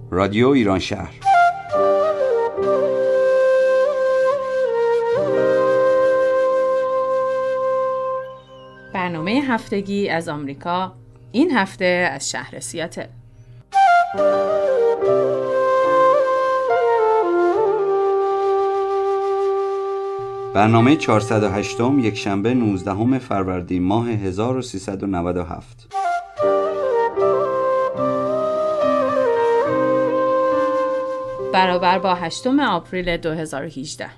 رادیو ایران شهر. برنامه هفتگی از آمریکا، این هفته از شهر سیاتل. برنامه 408 یکشنبه 19 فروردین ماه 1397. برابر با 8 آپریل 2018.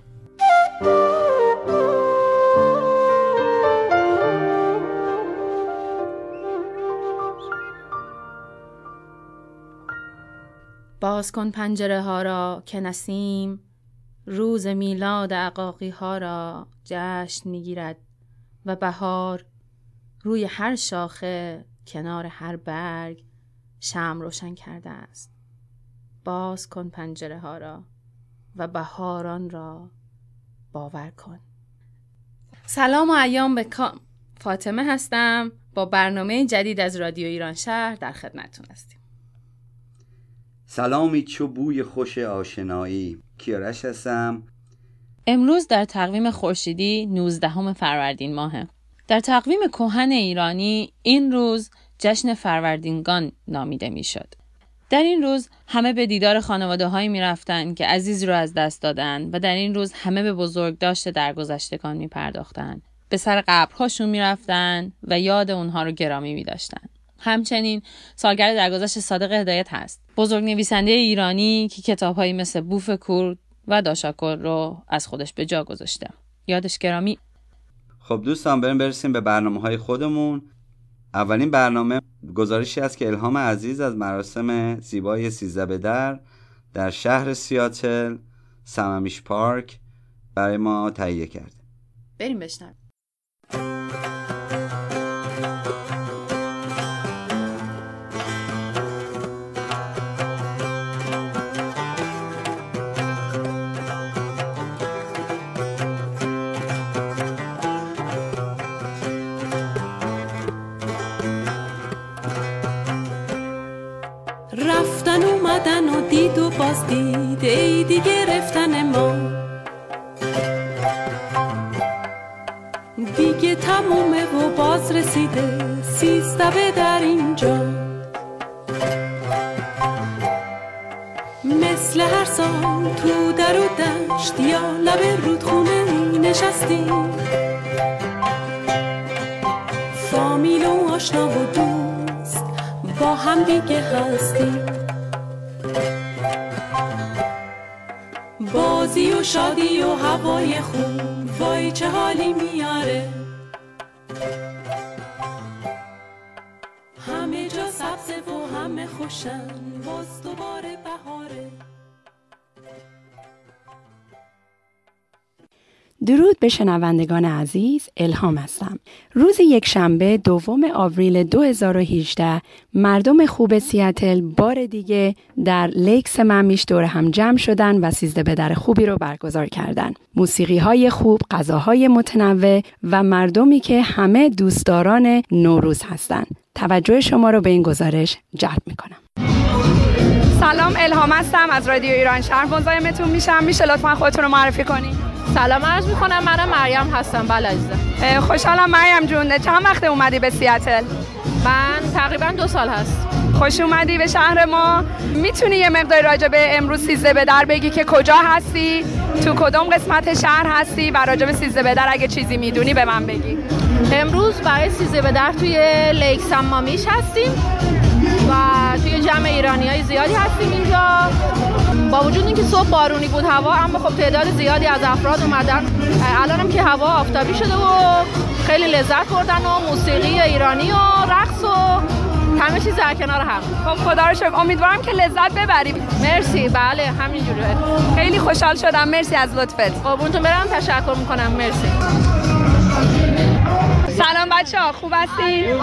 باز کن پنجره ها را که نسیم روز میلاد عقاقی ها را جشن میگیرد و بهار روی هر شاخه کنار هر برگ شمع روشن کرده است. باز کن پنجره ها را و بهاران را باور کن. سلام و ایام بکام. فاطمه هستم، با برنامه جدید از رادیو ایران شهر در خدمتتون هستیم. سلامی چو بوی خوش آشنایی. کیارش هستم. امروز در تقویم خورشیدی 19 فروردین ماهه. در تقویم کهن ایرانی این روز جشن فروردینگان نامیده میشد. در این روز همه به دیدار خانواده‌هایی می‌رفتند که عزیز رو از دست دادن و در این روز همه به بزرگداشت درگذشتگان می‌پرداختند. به سر قبرهاشون می‌رفتند و یاد اونها رو گرامی می‌داشتند. همچنین سالگرد درگذشت صادق هدایت هست، بزرگ نویسنده ایرانی که کتاب‌هایی مثل بوف کور و داشاکر رو از خودش به جا گذاشته. یادش گرامی. خب دوستان، برسیم به برنامه‌های خودمون. اولین برنامه گزارشی است که الهام عزیز از مراسم زیبای 13 در شهر سیاتل سممیش پارک برای ما تهیه کرده. بریم بشنویم. رفتن اومدن و دید و باز دید، عیدی گرفتن ما دیگه تمومه و باز رسیده 13 در اینجا. مثل هر سال تو در و دشت یا لب رودخونه نشستیم، فامیل و آشنا و دوست با هم دیگه هستیم. بازی و شادی و هوای خوب، وای چه حالی میاره. همه جا سبزه و همه خوشن، باز دوباره بهاره. درود به شنوندگان عزیز، الهام هستم. روز یکشنبه 2 آوریل 2018 مردم خوب سیاتل بار دیگه در لیک سممیش دور هم جمع شدن و 13 خوبی رو برگزار کردن. موسیقی‌های خوب، غذاهای متنوع و مردمی که همه دوستداران نوروز هستن. توجه شما رو به این گزارش جلب می‌کنم. سلام، الهام هستم از رادیو ایران شهر. مزاحمتون میشه لطفاً خودتون رو معرفی کنید؟ سلام عرض میکنم، منم مریم هستم. بله عزیزم. خوشحالم مریم جون. چند وقت اومدی به سیاتل؟ من تقریبا 2 سال هست. خوش اومدی به شهر ما. میتونی یه مقدار راجع به امروز 13 بگی که کجا هستی؟ تو کدوم قسمت شهر هستی؟ و راجع به 13 اگه چیزی میدونی به من بگی. امروز برای 13 توی لیک سمامیش هستیم و توی جمع ایرانیای زیادی هستیم اینجا. با وجود اینکه صبح بارونی بود هوا، اما خب تعداد زیادی از افراد اومدن. الانم که هوا آفتابی شده و خیلی لذت بردن و موسیقی ایرانی و رقص و همه چیز در کنار هم. خب خدا رو شکر، امیدوارم که لذت ببریم. مرسی. بله همینجوره. خیلی خوشحال شدم. مرسی از لطفت. قربونتون برم. تشکر میکنم. مرسی. سلام بچه‌ها، خوب هستین؟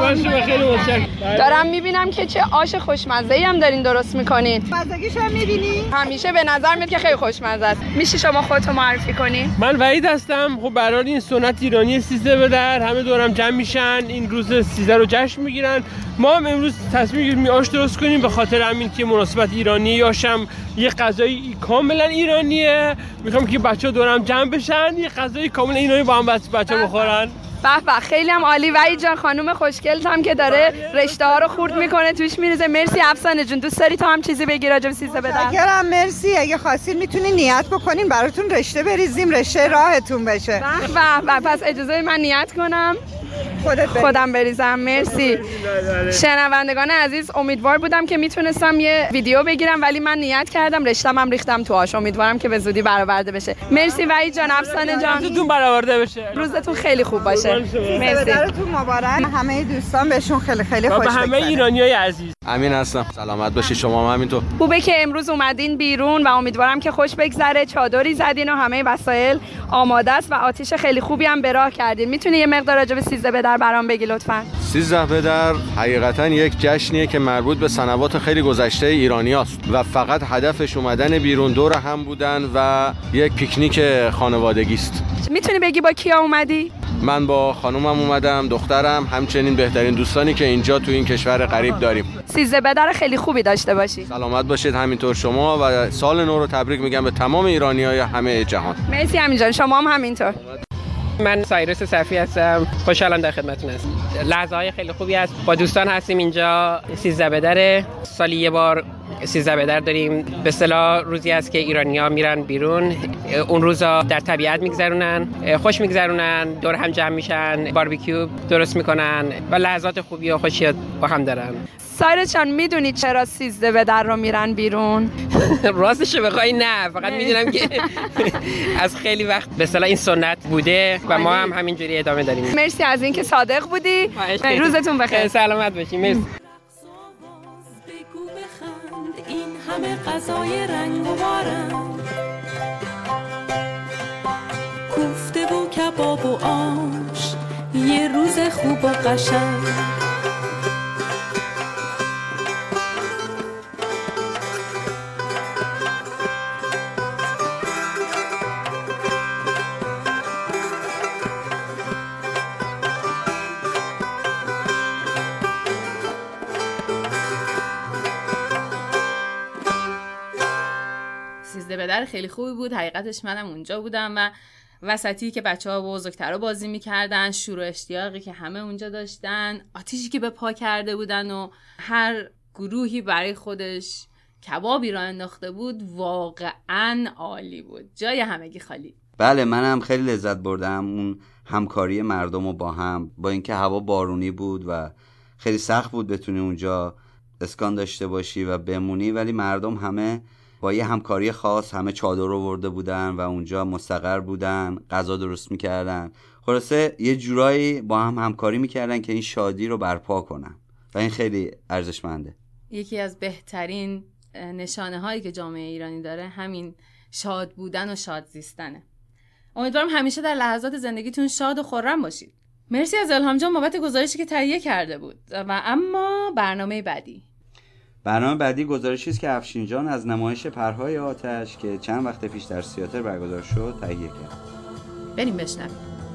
دارم میبینم که چه آش خوشمزه‌ای هم دارین درست میکنین. مزگیش هم میبینی؟ همیشه به نظر میاد که خیلی خوشمزه است. میشه شما خودتون معرفی کنین؟ من وحید هستم. خب برای این سنت ایرانی 13 به در همه دورم جمع میشن، این روز 13 رو جشن میگیرن. ما هم امروز تصمیم گرفتیم آش درست کنیم به خاطر همین که مناسبت ایرانی. آشم یه غذای کاملا ایرانیه. میخوام که بچه‌ها دورم جمع بشن، یه غذای کاملا ایرانی با هم بچه‌ها بخورن. به به، خیلی هم عالی. وحید جان، خانم خوشگلت هم که داره رشته ها رو خورد میکنه توش میریزه. مرسی. افسانه جون، دوست داری تو هم چیزی بگی راجع به 13 به در؟ متشکرم، مرسی. اگه خواستین میتونین نیت بکنین براتون رشته بریزیم، رشته راهتون بشه. به پس اجازه من نیت کنم خودم بریزم. مرسی. شنوندگان عزیز، امیدوار بودم که میتونستم یه ویدیو بگیرم ولی من نیت کردم، رشتم هم ریختم تو آش. امیدوارم که به زودی برآورده بشه. مرسی وحید جان، افسانه جان، روزتون برآورده بشه، روزتون خیلی خوب باشه. مرسی. درتون مبارک. همه دوستان بهشون خیلی خیلی خوش بگذره. همه ایرانیای عزیز. امین هستم. سلامت باشید، شما هم همینطور. خوبه که امروز اومدین بیرون و امیدوارم که خوش بگذره. چادری زدین و همه وسایل آماده است و آتیش خیلی خوبی هم به راه کردین. میتونی یه مقدار راجع به 13 به در برام بگی لطفاً؟ 13 به در حقیقتاً یک جشنیه که مربوط به سنوات خیلی گذشته ایرانیاست و فقط هدفش اومدن بیرون، دور هم بودن و یک پیکنیک خانوادگی است. میتونی بگی با کیا اومدی؟ من با خانومم اومدم، دخترم، همچنین بهترین دوستانی که اینجا تو این کشور غریب داریم. 13 به در خیلی خوبی داشته باشی. سلامت باشید، همینطور شما، و سال نو رو تبریک میگم به تمام ایرانیای همه جهان. مرسی همین جان، شما هم همینطور. من سایرس صفی هستم، خوشحالم در خدمتتون هستم. لحظه‌های خیلی خوبی است، با دوستان هستیم اینجا. 13 به در، سالی یه بار 13 به در داریم. به اصطلاح روزی است که ایرانی‌ها میرن بیرون، اون روزا در طبیعت میگذرونن، خوش میگذرونن، دور هم جمع میشن، باربیکیو درست میکنن و لحظات خوبی و خوشی با هم دارن. سایرس جان، میدونی چرا 13 به در رو میرن بیرون؟ راستش بخوای نه، فقط میدونم که از خیلی وقت به اصطلاح این سنت بوده و ما هم همینجوری ادامه داریم. مرسی از اینکه صادق بودی. روزتون بخیر. سلامت باشی. مرسی. این همه غذای رنگ و بارم، کوفته و کباب و آش، یه روز خوب و قشنگ. 13 به در خیلی خوبی بود. حقیقتش منم اونجا بودم و وسطی که بچه‌ها و بزرگترا بازی می‌کردن، شور و اشتیاقی که همه اونجا داشتن، آتیشی که به پا کرده بودن و هر گروهی برای خودش کبابی را انداخته بود، واقعاً عالی بود. جای همگی خالی. بله، منم خیلی لذت بردم اون همکاری مردم و با هم، با اینکه هوا بارونی بود و خیلی سخت بود بتونی اونجا اسکان داشته باشی و بمونی، ولی مردم همه با یه همکاری خاص همه چادر رو ورده بودن و اونجا مستقر بودن، غذا درست میکردن. خلاصه یه جورایی با هم همکاری میکردن که این شادی رو برپا کنن و این خیلی ارزشمنده. یکی از بهترین نشانه هایی که جامعه ایرانی داره همین شاد بودن و شاد زیستنه. امیدوارم همیشه در لحظات زندگیتون شاد و خرم باشید. مرسی از الهام جان بابت گزارشی که تهیه کرده بود. و اما برنامه بعدی گزارشی است که افشین جان از نمایش پرهای آتش که چند وقت پیش در سیاتل برگزار شد تهیه کرد. بریم بشنویم.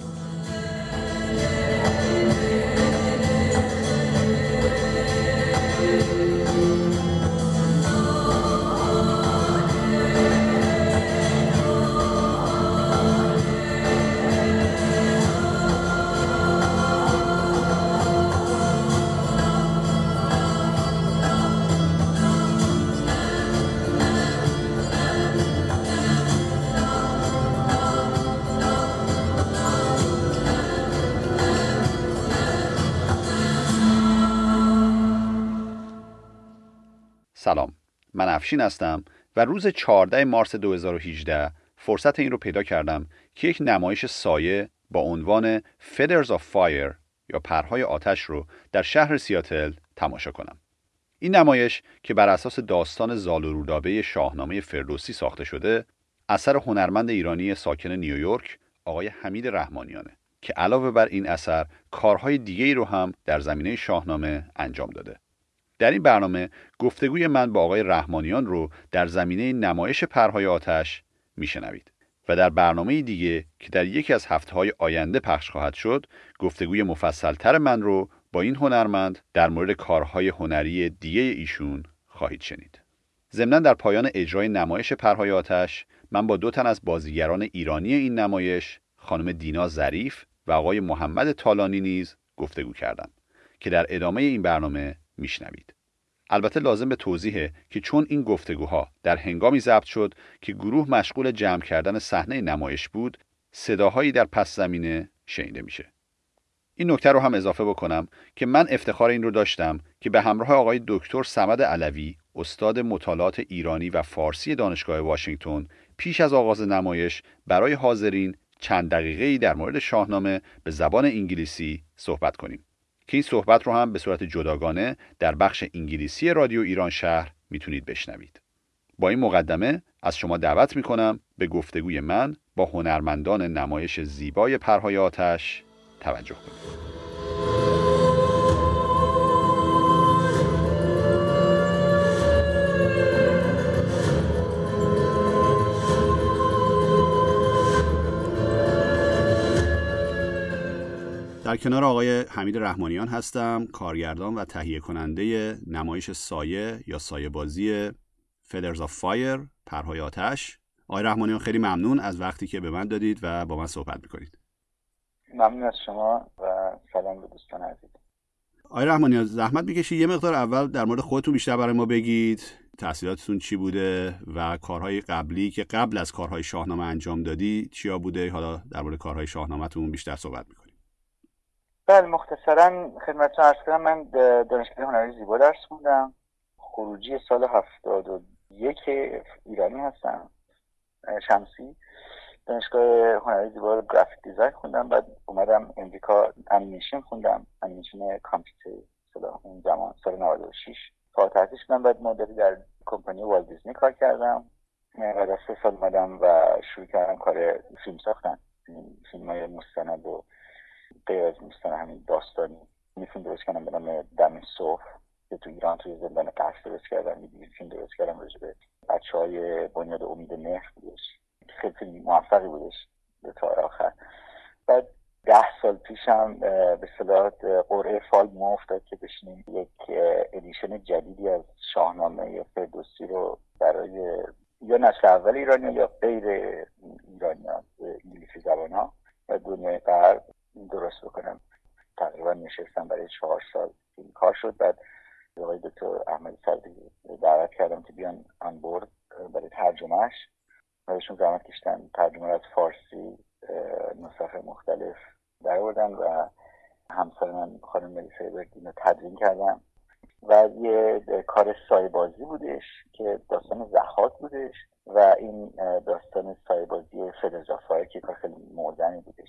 سلام، من افشین هستم و روز 14 مارس 2018 فرصت این رو پیدا کردم که یک نمایش سایه با عنوان Feathers of Fire یا پرهای آتش رو در شهر سیاتل تماشا کنم. این نمایش که بر اساس داستان زال و رودابه شاهنامه فردوسی ساخته شده، اثر هنرمند ایرانی ساکن نیویورک آقای حمید رحمانیانه. که علاوه بر این اثر کارهای دیگه‌ای رو هم در زمینه شاهنامه انجام داده. در این برنامه گفتگوی من با آقای رحمانیان رو در زمینه نمایش پرهای آتش میشنوید و در برنامه دیگه که در یکی از هفته‌های آینده پخش خواهد شد گفتگوی مفصل‌تر من رو با این هنرمند در مورد کارهای هنری دیگه ایشون خواهید شنید. ضمناً در پایان اجرای نمایش پرهای آتش من با 2 تن از بازیگران ایرانی این نمایش، خانم دینا ظریف و آقای محمد طالانی نیز گفتگو کردم که در ادامه این برنامه میشنوید. البته لازم به توضیحه که چون این گفتگوها در هنگامی ضبط شد که گروه مشغول جمع کردن صحنه نمایش بود، صداهایی در پس زمینه شنیده میشه. این نکته رو هم اضافه بکنم که من افتخار این رو داشتم که به همراه آقای دکتر صمد علوی، استاد مطالعات ایرانی و فارسی دانشگاه واشنگتن، پیش از آغاز نمایش برای حاضرین چند دقیقه‌ای در مورد شاهنامه به زبان انگلیسی صحبت کنیم که این صحبت رو هم به صورت جداگانه در بخش انگلیسی رادیو ایران شهر میتونید بشنوید. با این مقدمه از شما دعوت میکنم به گفتگوی من با هنرمندان نمایش زیبای پرهای آتش توجه کنید. در کنار آقای حمید رحمانیان هستم، کارگردان و تهیه کننده نمایش سایه یا سایه بازی Feathers of Fire، پرهای آتش. آقای رحمانیان خیلی ممنون از وقتی که به من دادید و با من صحبت میکنید. ممنون از شما و سلام به دوستان عزیز. آقای رحمانیان زحمت میکشید یه مقدار اول در مورد خودتون بیشتر برای ما بگید، تحصیلاتتون چی بوده و کارهای قبلی که قبل از کارهای شاهنامه انجام دادی چیا بوده. حالا در مورد کارهای شاهنامه‌تون بیشتر صحبت میکنیم. بله، مختصرا خدمتتون عرض کنم من دانشگاه هنری زیبا درس خوندم. خروجی سال 71 ایرانی هستم، شمسی. دانشگاه هنری زیبا گرافیک دیزاین خوندم، بعد اومدم امریکا انیمیشن خوندم، انیمیشن کامپیوتر اون زمان سال 96 تا تحصیل شدم. بعد مدتی در کمپانی والت دیزنی کار کردم. بعد از 3 سال اومدم و شروع کردم کار فیلم ساختن، فیلم‌های مستند و غیر از مستند، همین داستانی. فیلم درست کردم به نام دم صبح که تو ایران توی زندان قصر درست کردم. یه فیلم درست کردم راجع به بچه‌های بنیاد امید مهر بودش، خیلی موفقی بودش تا آخر. بعد 10 سال پیشم به اصطلاح قرعه فال ما افتاد که بشینیم یک ادیشن جدیدی از شاهنامه فردوسی رو برای یا نسل اول ایرانی یا غیر ایرانیان انگلیسی زبان‌ها و دنیای غرب درست بکنم. تقریبا نشستم برای 4 سال این کار شد. بعد آقای دکتر احمد صدیقی دعوت کردم که بیان آن بورد برای ترجمهش. بهشون زحمت کشیدن، ترجمه از فارسی نسخ مختلف درآوردن و همسر من خانم ملی فیبردین رو تدوین کردم و یه کار سایه بازی بودش که داستان ضحاک بودش و این داستان سایه بازی فدرز آف فایر که کار خیلی موزنی بودش.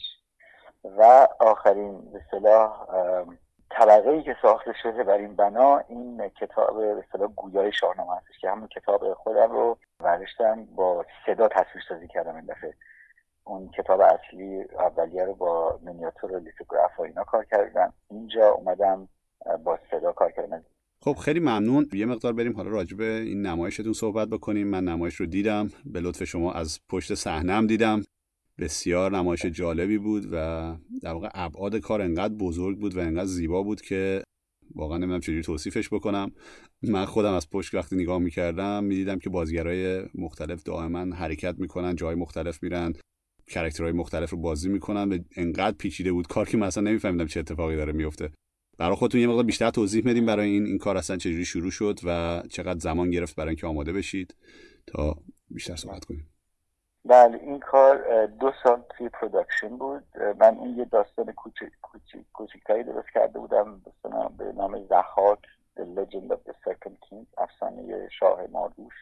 و آخرین به اصطلاح طبقه‌ای که ساخته شده بر این بنا این کتاب به اصطلاح گویای شاهنامه هستش که همون کتاب خودم رو برداشتم با صدا تصویرسازی کردم. این دفعه اون کتاب اصلی اولیه رو با مینیاتور و لیتوگراف و اینا کار کردم، اینجا اومدم با صدا کار کردم. خب خیلی ممنون. یه مقدار بریم حالا راجع به این نمایشتون صحبت بکنیم. من نمایش رو دیدم، به لطف شما از پشت صحنه‌ام دیدم. بسیار نمایش جالبی بود و در واقع ابعاد کار انقدر بزرگ بود و انقدر زیبا بود که واقعا نمیدونم چجوری توصیفش بکنم. من خودم از پشت وقتی نگاه می‌کردم می‌دیدم که بازیگرای مختلف دائما حرکت می‌کنن، جای مختلف میرن، کاراکترهای مختلف رو بازی می‌کنن و انقدر پیچیده بود کار که مثلا نمی‌فهمیدم چه اتفاقی داره میفته. برای خودتون یه مقدار بیشتر توضیح بدیم برای این کار اصلا چجوری شروع شد و چقدر زمان گرفت برای اینکه آماده بشید تا بیشتر صحبت کنیم. بله، این کار 2 سال توی پروداکشن بود. من این یه داستان کوچیک‌تری درست کرده بودم به نام ضحاک The Legend of the Second King، افسانه شاه ماردوش،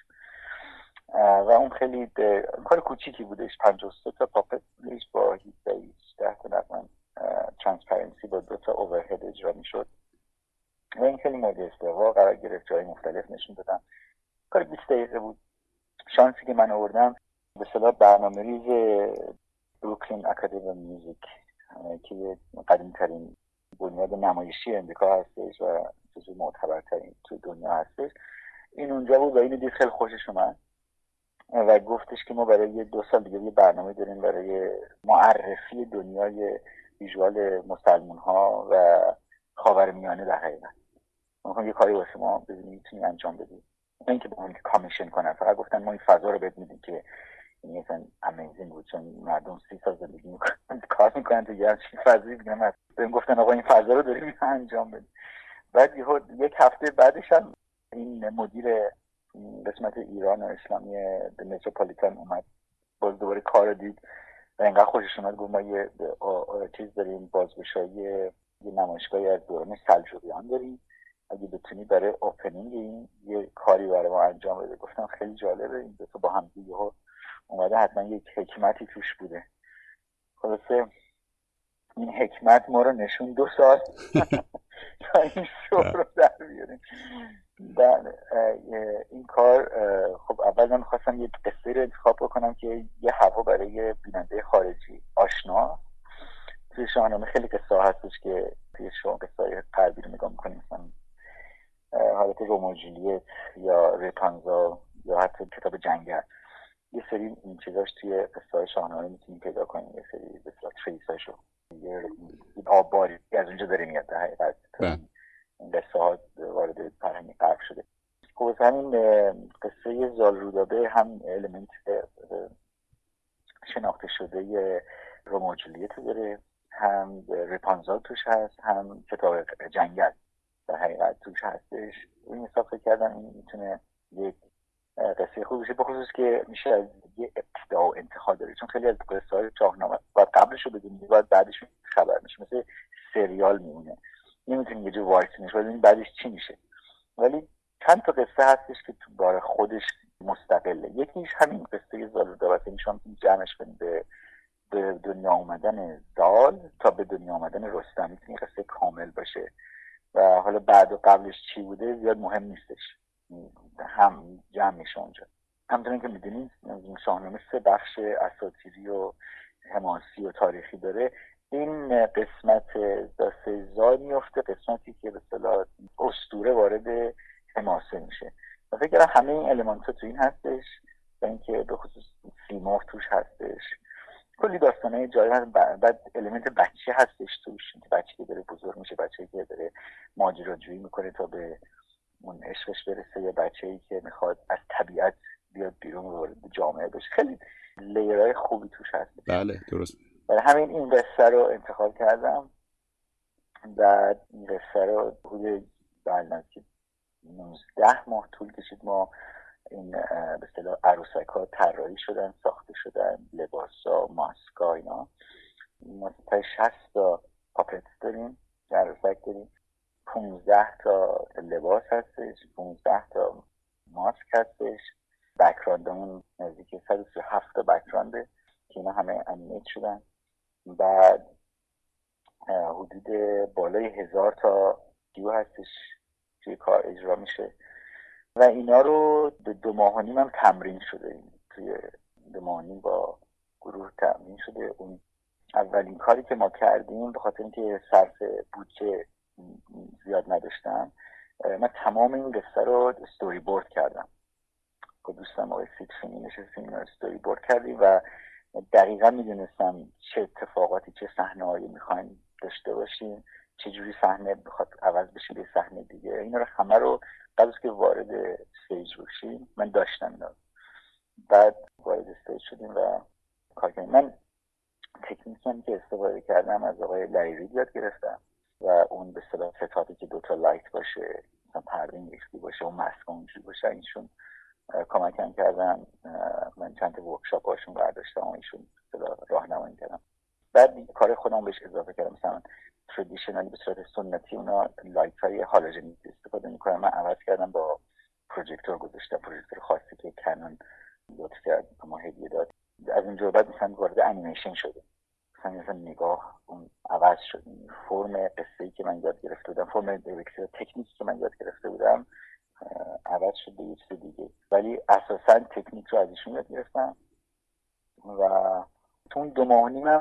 و اون خیلی کار کوچیکی بودش. 53 تا پاپت بودش با 10 تا نقمن ترانسپرنسی با 2 تا اوورهد اجرا میشد و این خیلی مورد استقبال قرار گرفت، جای مختلف نشون دادم. کار 20 دقیقه بود. شانسی که من آوردم به اصطلاح برنامه‌ریز بروکلین اکادمی میوزیک که قدیمی ترین بنیاد نمایشی امریکا هستش و جزو معتبرترین تو دنیا هستش. این اونجا بود و اینو دید خیلی خوشش اومد و گفتش که ما برای 2 سال دیگه یه برنامه داریم برای معرفی دنیای ویژوال مسلمان ها و خاورمیانه. در حقیقت ما یه کاری واسه ما میتونیم انجام بدیم، نه اینکه بهمون کامیشن کنن، فقط گفتن ما این فضا رو بهت میدیم که این مثلا امیزینگ بود، چون مردم 30 سال زندگی میکنن کار میکنن تو یه همچین فضایی دیگه. من بهم گفتن آقا این فضا رو داریم انجام بدیم. بعد یک هفته بعدش هم این مدیر قسمت ایران و اسلامی متروپولیتان اومد، باز دوباره کار دید و اینقدر خوشش اومد گفت ما یه چیز داریم، بازگشایی یه نمایشگاهی از دوران سلجوقیان داریم، اگه بتونی برای اوپنینگ این یه کاری برای ما انجام بده. گفتم خیلی جالبه، این دو تا با هم دیگه اومده، حتما یک حکمتی توش بوده. خلاصه این حکمت ما رو نشون 2 سال تا این شو رو در بیاریم. این کار خب اول من خواستم یه قصه رو انتخاب بکنم که یه هوا برای بیننده خارجی آشنا. توی شاهنامه خیلی قصه هستش که توی شما قصه غربی رو نگاه میکنیم، مثلا حالت رومئو و جولیت یا رپانزا یا حتی کتاب جنگل، یه سری این چیزاش توی قصه شاهنامه میتونیم پیدا کنیم، یه سری بسیار تریساشو، یه آباری از اونجا داره میاد. در حقیقت این قصه ها وارد فرهنگ غرب شده. خب همین قصه زال رودابه هم المنت شناخته شده رومئو و جولیت داره، هم رپانزال توش هست، هم کتاب جنگل در حقیقت توش هستش. این حساب فکر کردم این میتونه یک قصه خوب بشه، بخصوص که میشه از یه ابتدا و انتها داره، چون خیلی از قصه های شاهنامه باید قبلش رو بدونی، باید بعدش خبر میشه، مثل سریال میمونه، نمیتونی یه جو وایسینش بدونی بعدش چی میشه. ولی چند تا قصه هستش که تو بار خودش مستقله. یکیش همین قصه زال رودابه، میشم جمعش کنیم به دنیا اومدن زال تا به دنیا اومدن رستم، میتونی قصه کامل باشه و حالا بعد و قبلش چی بوده زیاد مهم نیستش، هم جمع میشه اونجا. همونطور که میدونید شاهنامه 3 بخش اساطیری و حماسی و تاریخی داره. این قسمت داستان زال میفته، قسمتی که به اصطلاح اسطوره وارد حماسه میشه و فکر کنم همه این المانتا تو این هستش و اینکه به خصوص سیمرغ توش هستش، کلی داستانه جالب هست. بعد المنت بچه هستش توش، بچه که داره بزرگ میشه، بچه‌ای که داره ماجراجویی میکنه تا به اون عشقش برسه، یا بچه‌ای که میخواد از طبیعت بیاد بیرون و وارد جامعه بشه. خیلی لیرهای خوبی توش هست. بله درست. برای همین این قصه رو انتخاب کردم. بعد این قصه رو حدود 19 ماه طول کشید. ما این به اصطلاح عروسک‌ها طراحی شدن، ساخته شدن، لباسا، ماسکا، اینا. ما 60 تا پاپت داریم، عروسک داریم، 15 تا لباس هستش، 15 تا ماسک هستش، بک‌گراندمون نزدیک 137 تا بک‌گرانده که اینا همه انیمیت شدن. بعد حدود بالای 1000 تا دیو هستش توی کار اجرا میشه و اینا رو 2 ماه و نیم هم تمرین شده، توی 2 ماه و نیم با گروه تمرین شده. اون اولین کاری که ما کردیم، به خاطر اینکه صرف بودجه زیاد نداشتم، من تمام این قصه رو استوری بورد کردم که دوستم آقای سیتفینی نشستیم استوری بورد کردیم و دقیقا میدونستم چه اتفاقاتی، چه صحنه‌هایی میخوایم داشته باشیم، چه جوری صحنه بخواد عوض بشه به صحنه دیگه. اینا رو همه رو قبل از که وارد استیج بشیم من داشتم اینا. بعد وارد استیج شدیم و کار کردیم. من تکنیکی که استفاده کردم از آقای لایری یاد گرفتم و اون به اصطلاح ستاپی که 2 تا لایت باشه، مثلا پرده ریختی باشه، اون ماسک اونجوری باشه، اینشون کمکم کردن. من چند تا ورکشاپ هاشون برداشتم و ایشون راهنمایی کردم. بعد کار خودم بهش اضافه کردم. مثلا ترادیشنالی به صورت سنتی اونا لایت های هالوژنی استفاده میکنن، من عوض کردم با پروژکتور گذاشتم، پروژکتور خاصی که کانون لطف کرد ما هدیه داد. از اونجا بعد مثلا وارد انیمیشن شده، مثلا نگاه اون عوض شد، فرم قصه‌ای که من یاد گرفته بودم، فرم تکنیکی که من یاد گرفته بودم عوض شد به یه چیز دیگه، ولی اساسا تکنیک رو از ایشون یاد گرفتم و تو اون 2 ماه و نیم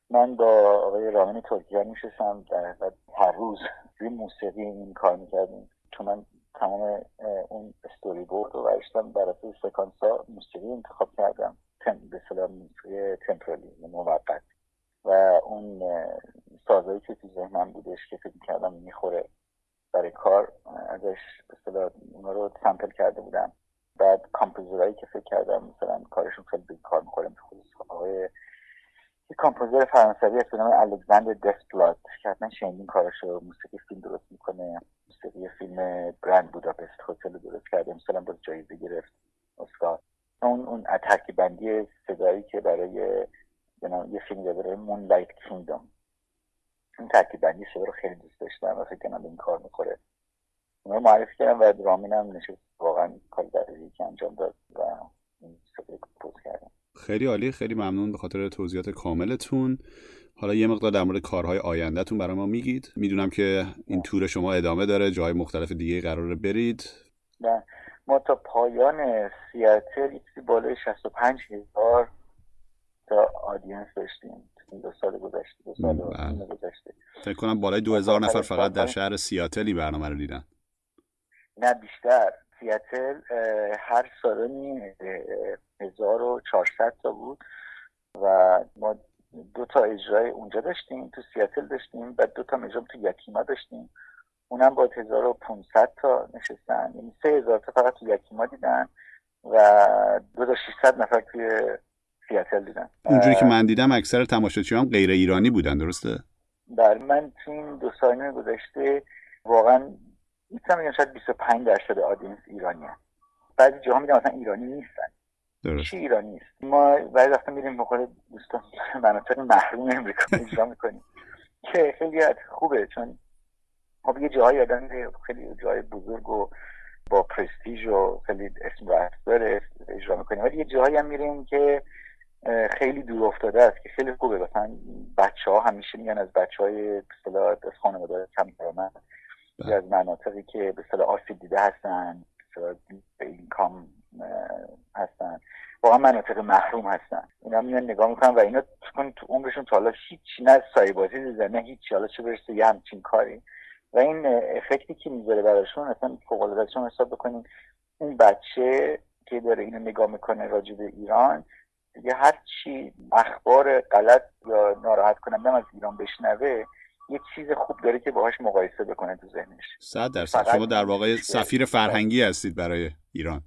من با آقای رامین ترکیان میشستم در هر روز روی موسیقی این کار میکردیم، چون من تمام اون استوری بورد رو برشتم بر اساس سکانس ها موسیقی انتخاب کردم، به اصطلاح موسیقی تمپورالی موقت، و اون سازایی که تو ذهنم بودش که فکر میکردم میخوره برای کار ازش به اصطلاح اونا رو سامپل کرده بودم. بعد کامپوزرایی که فکر کردم مثلا کارشون خیلی به کار میخوره، خصوص آقای یک کامپوزر فرانسوی هست به نام الکساندر دسپلات که حتما شنیدین کارشو، موسیقی فیلم درست میکنه، موسیقی فیلم گرند بوداپست هتل درست کرده، مثلا باز جایزه گرفت اسکار. اون ترکیب بندی صدایی که برای یه فیلم داره مونلایت کینگدم، اون ترکیب بندی صدا رو خیلی دوست داشتم و فکر کنم به این کار میخوره. اونا رو معرفی کردم و رامینم نشست واقعا کار درجه‌ای که انجام داد و این صدا کمپوز کردم. خیلی عالی، خیلی ممنون به خاطر توضیحات کاملتون. حالا یه مقدار در مورد کارهای آیندهتون برای ما میگید؟ میدونم که این تور شما ادامه داره، جای مختلف دیگه قراره برید. نه، ما تا پایان سیاتل چیزی بالای 65,000 تا آدینس داشتیم این 2 سال گذشته، 2 سال گذشته. فکر کنم بالای 2000 نفر فقط در شهر سیاتلی برنامه رو دیدن. نه بیشتر. سیاتل هر سالونی 1400 تا بود و ما 2 تا اجرای اونجا داشتیم، تو سیاتل داشتیم، بعد 2 تا اجرا تو یکیما داشتیم، اونم با 1500 تا نشستن، یعنی 3000 تا فقط تو یکیما دیدن و 2600 نفر توی سیاتل دیدن. اونجوری که من دیدم اکثر تماشاچیان غیر ایرانی بودن، درسته؟ بله، من تو این 2 سال گذشته واقعا میتونم بگم شاید 25% آدینس ایرانی هست. بعضی جاها میگم مثلا ایرانی نیستن. چی ایرانی نیست؟ ما بعضی وقتا میریم بخوره دوستان مناطق محروم امریکا اجرا میکنیم که خیلی خوبه، چون خب یه جاهایی آدم خیلی جای بزرگ و با پرستیژ و خیلی اسم داره اجرا میکنیم، ولی یه جاهایی هم میریم که خیلی دور افتاده است که خیلی خوبه. مثلا بچه‌ها همیشه میگن از بچه‌های به اصطلاح از خانواده کم درآمد یا از مناطقی که به اصطلاح آسیب دیده هستن، به اصطلاح اینکام هستن، واقعا مناطق محروم هستن، اینا میان نگاه میکنن و اینا تو عمرشون تا حالا هیچ نه سایه بازی دیدن نه هیچ، حالا چه برسه یه همچین کاری، و این افکتی که میذاره براشون اصلا فوق العاده است. شما حساب بکنین اون بچه که داره اینو نگاه میکنه راجع به ایران، دیگه هر چی اخبار غلط یا ناراحت کننده از ایران بشنوه یه چیز خوب داره که باهاش مقایسه بکنه تو ذهنش. 100% شما در واقع سفیر فرهنگی هستید برای ایران.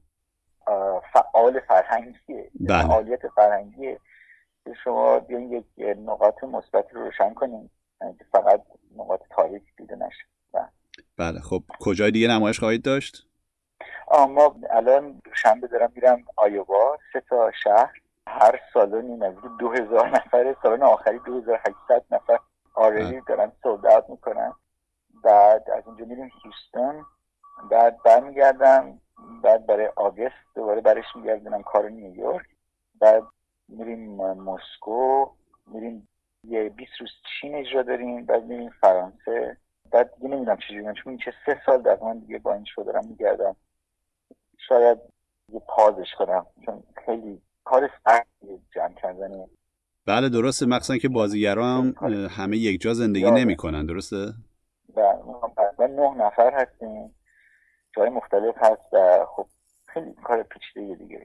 فعال فرهنگیه، فعالیت فرهنگیه که شما بیاین یک نقاط مثبتی رو روشن کنین، فقط نقاط تاریک دیده نشه. بله، خب کجای دیگه نمایش خواهید داشت؟ ما الان شنبه دارم میرم آیووا، 3 تا شهر، هر سالونی نزدیک 2000 نفره، سالن آخری 2800 نفر آردی دارن سولد اوت میکنن. بعد از اونجا میریم هیوستن، بعد برمیگردم، بعد برای آگست دوباره برش میگردم کار نیویورک، بعد میریم مسکو، میریم یه 20 روز چین اجرا داریم، بعد میریم فرانسه، بعد دیگه نمیدونم چجوری، چون این چه 3 سال در من دیگه با این شو دارم میگردم، شاید یه پازش کنم چون خیلی کار سختیه جمع کردنه. بله درسته، مخصوصا که بازیگران همه یک جا زندگی نمی کنن، درسته؟ بله، ما تقریبا 9 نفر هستیم، جای مختلف هست و خب خیلی کار پیچیده دیگه.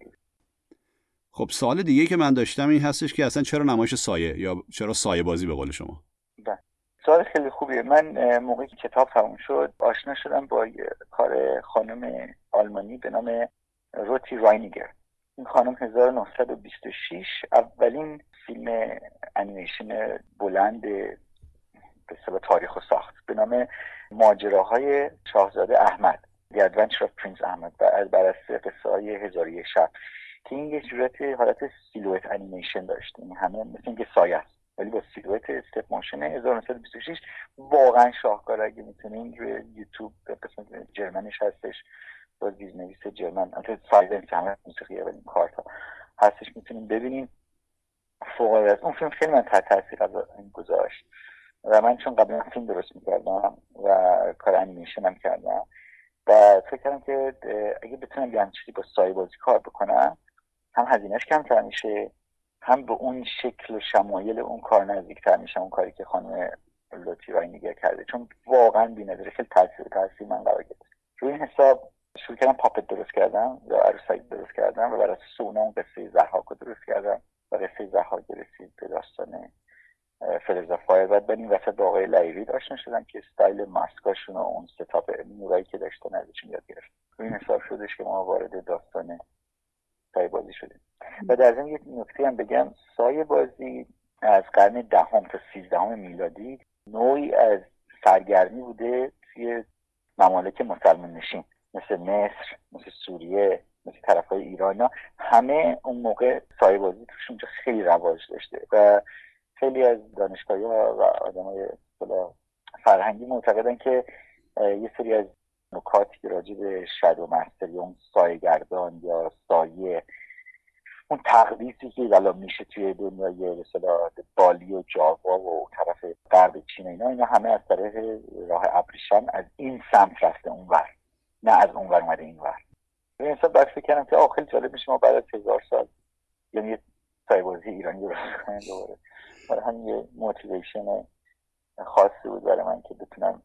خب سوال دیگه که من داشتم این هستش که اصلا چرا نمایش سایه یا چرا سایه بازی به قول شما؟ بله، سوال خیلی خوبیه. من موقعی که کتاب تموم شد آشنا شدم با کار خانم آلمانی به نام روتی راینیگر. این خانم 1926 اولین فیلم انیمیشن بلند به اصطلاح تاریخ ساخت به نام ماجراهای شاهزاده احمد، The Adventure of Prince احمد، بر اساس قصه های هزار و یک شب، که این یه صورت حالت سیلویت انیمیشن داشت، این همه مثل اینکه سایه است ولی با سیلویت استپ موشن. 1926 واقعا شاهکاره، اگه میتونین روی یوتیوب قسمت جرمنش هستش، با زیرنویس جرمن، البته سایلنس همه موسیقیه ولی کارتا هستش، میتونین ببینین. فوق العاده است اون فیلم، خیلی من تحت تاثیر گذاشت و من چون قبلا فیلم درست میکردم و کار انیمیشن هم کردم و فکر کردم که اگه بتونم یه چیزی با سایه بازی کار بکنم، هم هزینه‌اش کمتر میشه، هم به اون شکل و شمایل اون کار نزدیکتر میشم، اون کاری که خانم لطفی راینیگر کرده، چون واقعا بی‌نظیره، خیلی تاثیر من قرار گرفت. روی این حساب شروع کردم پاپت درست کردم یا عروسک درست کردم و بر اساس اون قصه ضحاک رو درست کردم و قصه ضحاک رسید به داستان فدرز آف فایر. بعد بریم وسط با آقای لایرید آشنا شدم که استایل ماسکاشون و اون ستاپ نورایی که داشتن ازشون یاد گرفتم. روی این حساب شدش که ما وارد داستان سایه بازی شدیم. و در ضمن یک نکته هم بگم، سایه بازی از قرن 10 تا 13 میلادی نوعی از سرگرمی بوده توی ممالک مسلمان نشین مثل مصر، مثل سوریه، مثل طرفای ایران. همه اون موقع سایه بازی توش اونجا خیلی رواج داشته و خیلی از دانشگاه‌ها و آدمای فرهنگی معتقدن که یه سری از نکاتی که راجع به شادو مستر یا اون سایه گردان یا سایه، اون تقدیسی که الان میشه توی دنیای مثلا بالی و جاوا و طرف غرب چین، اینا همه از طریق راه ابریشم از این سمت رفته اونور، نه از اونور اومده اینور. به این حساب فکر کردم که خیلی جالب میشه ما بعد از 1000 سال یعنی یه سایه بازی ایرانی درست کنیم دوباره. برای همین یه موتیویشن خاصی بود برای من که بتونم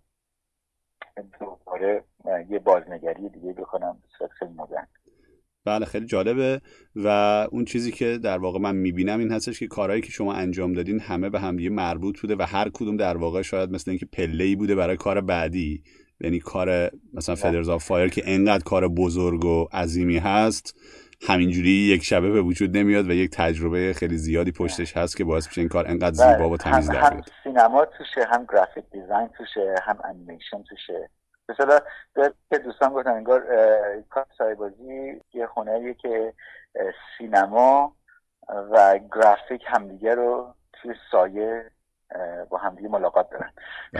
دوباره یه بازنگری دیگه بکنم به صورت خیلی مدرن. بله خیلی جالبه و اون چیزی که در واقع من میبینم این هستش که کارهایی که شما انجام دادین همه به هم دیگه مربوط بوده و هر کدوم در واقع شاید مثل اینکه پله‌ای بوده برای کار بعدی. یعنی کار مثلا فدرز آف فایر که انقدر کار بزرگ و عظیمی هست، همینجوری یک شبه به وجود نمیاد و یک تجربه خیلی زیادی پشتش هست که باعث میشه این کار انقدر زیبا و تمیز در بیاد. هم سینما توشه، هم گرافیک دیزاین توشه، هم انیمیشن توشه. مثلا که دوستان گفتن انگار کار سایه بازی یه هنریه که سینما و گرافیک همدیگه رو توی سایه با همدیگه ملاقات دارن.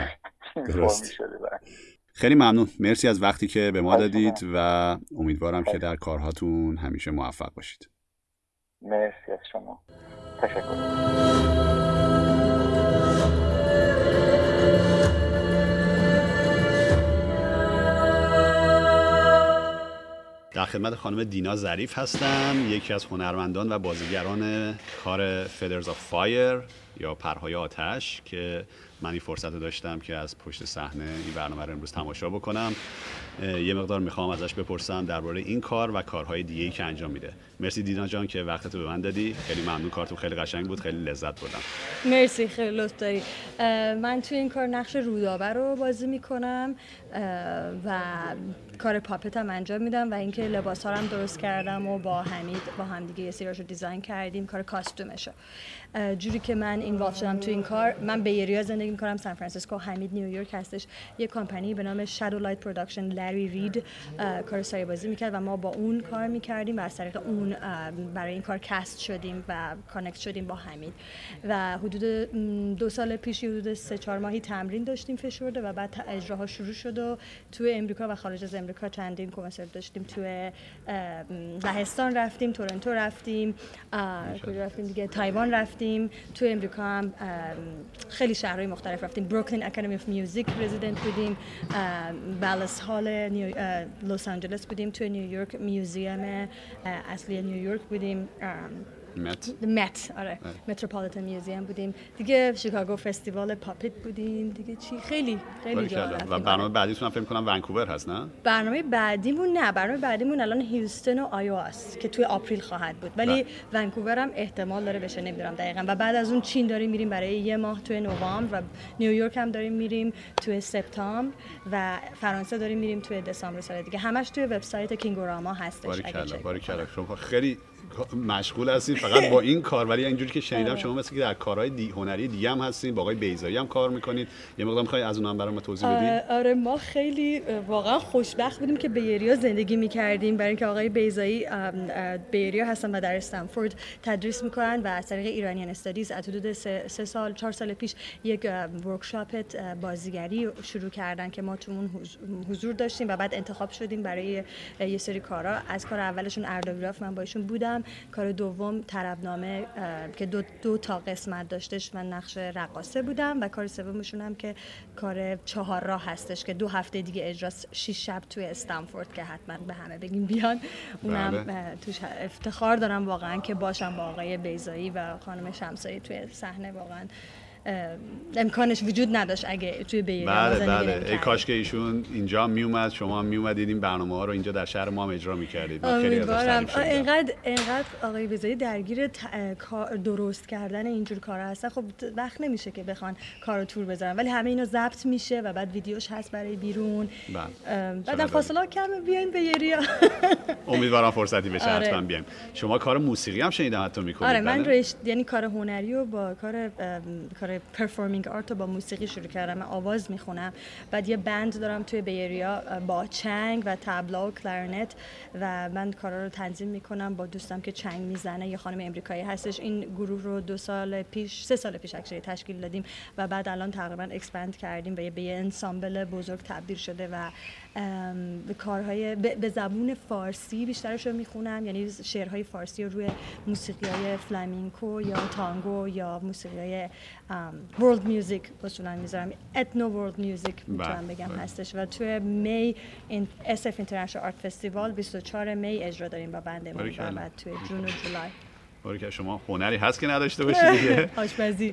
درست. خیلی ممنون، مرسی از وقتی که به ما دادید و امیدوارم که در کارهاتون همیشه موفق باشید. مرسی از شما، تشکر. در خدمت خانم دینا ظریف هستم، یکی از هنرمندان و بازیگران کار فدرز آف فایر یا پرهای آتش که من این فرصت رو داشتم که از پشت صحنه این برنامه رو امروز تماشا بکنم. یه مقدار میخوام ازش بپرسم درباره این کار و کارهای دیگه‌ای که انجام میده. مرسی دینا جان که وقتت رو به من دادی، خیلی ممنون، کارتون خیلی قشنگ بود، خیلی لذت بردم. مرسی، خیلی لطف داری. من توی این کار نقش رودابه رو بازی میکنم و کار پاپت هم انجام میدم و اینکه لباسا رو هم درست کردم و با حمید با هم دیگه یه سریاشو دیزاین کردیم، کار کاستومشو. جوری که من اینوالو شدم تو این کار، من به ایریا زندگی میکنم، سان فرانسیسکو، حمید نیویورک هستش. یه کمپانی به نام شادو لایت پروداکشن، لری رید کار سایه بازی میکرد و ما با اون کار میکردیم و از طریق اون برای این کار کست شدیم و کانکت شدیم با حمید و حدود 2 سال پیش حدود 3-4 ماهی تمرین داشتیم فشرده و بعد اجراها شروع شد و توی امریکا و خارج از امریکا چندین کنسرت داشتیم. توی لهستان رفتیم، تورنتو رفتیم، کجا رفتیم دیگه، تایوان رفتیم، توی امریکا هم خیلی شهرهای مختلف رفتیم. بروکلین اکادمی اف میوزیک رزیدنت بودیم، بالاس هال لس آنجلس بودیم، توی نیویورک میوزیم اصلی نیویورک بودیم، مت آره متروپولیتن میوزیم بودیم دیگه، شیکاگو فستیوال پاپت بودیم دیگه، چی خیلی جا رفتیم. و برنامه بعدیتون هم فکر کنم ونکوور هست نه؟ برنامه بعدیمون الان هیوستن و آیواست که توی آپریل خواهد بود، ولی ونکوور هم احتمال داره بشه، نمیدونم دقیقاً. و بعد از اون چین داریم میریم برای 1 ماه توی نوامبر و نیویورک هم داریم میریم توی سپتامبر و فرانسه داریم میریم توی دسامبر سال دیگه. همش توی وبسایت کینگوراما هستش. باریکلا شما خیلی مشغول هستین فقط با این کار، ولی اینجوری که شنیدم شما مثل که در کارهای هنری دیگه هم هستین، با آقای بیضایی هم کار میکنید. یه مقدار میخوای از اونم برام توضیح بدی؟ آره ما خیلی واقعا خوشبخت بودیم که بیریا زندگی میکردیم، برای اینکه آقای بیضایی بیریا هستن و در استنفورد تدریس میکنن و از طریق ایرانیان استادیز از حدود 4 سال پیش یک ورکشاپ بازیگری شروع کردن که ما تو اون حضور داشتیم و بعد انتخاب شدیم برای یه سری کارا. از کار اولشون اردوگراف من با ایشون بودم، کار دوم طربنامه که دو تا قسمت داشتش من نقش رقاصه بودم و کار سومشون هم که کار 4 راه هستش که 2 هفته دیگه اجراست 6 شب توی استنفورد که حتما به همه بگیم بیان. اونم توش افتخار دارم واقعا که باشم با آقای بیضایی و خانم شمسایی توی صحنه. واقعا امکانش وجود نداشت اگه توی بیریا بله ای کاش که ایشون اینجا می اومد، شما هم می اومدید این برنامه‌ها رو اینجا در شهر ما هم اجرا می‌کردید. اینقدر آقای بیضایی درگیر درست کردن اینجور کارا هستن، خب وقت نمیشه که بخوان کارو تور بذارن، ولی همه اینا ضبط میشه و بعد ویدیوش هست برای بیرون. بعدم فاصله کمه، بیاین بیریا. امیدوارم فرصتی بشه حتما بیایم. شما کار موسیقی هم شنیدم حتی می‌کنید. آره من یعنی کار هنری و با کار پرفورمینگ آرت رو با موسیقی شروع کردم. من آواز میخونم، بعد یه بند دارم توی بیریا با چنگ و تبلا و کلارنت و من کارا رو تنظیم میکنم با دوستم که چنگ میزنه، یه خانم امریکایی هستش. این گروه رو 3 سال پیش تشکیل دادیم و بعد الان تقریبا اکسپند کردیم و به یه انسامبل بزرگ تبدیل شده و کارهای به زبون فارسی بیشترش رو میخونم، یعنی شعرهای فارسی رو روی موسیقی‌های فلامینکو یا تانگو یا موسیقی‌های ورلد میوزیک اصولا میذارم. اتنو ورلد میوزیک میتونم بگم هستش و توی می SF اینترنشنال آرت فستیوال 24 می اجرا داریم با بندمون و بعد توی جون و جولای. باری که شما هنری هست که نداشته باشید دیگه. آشپزی.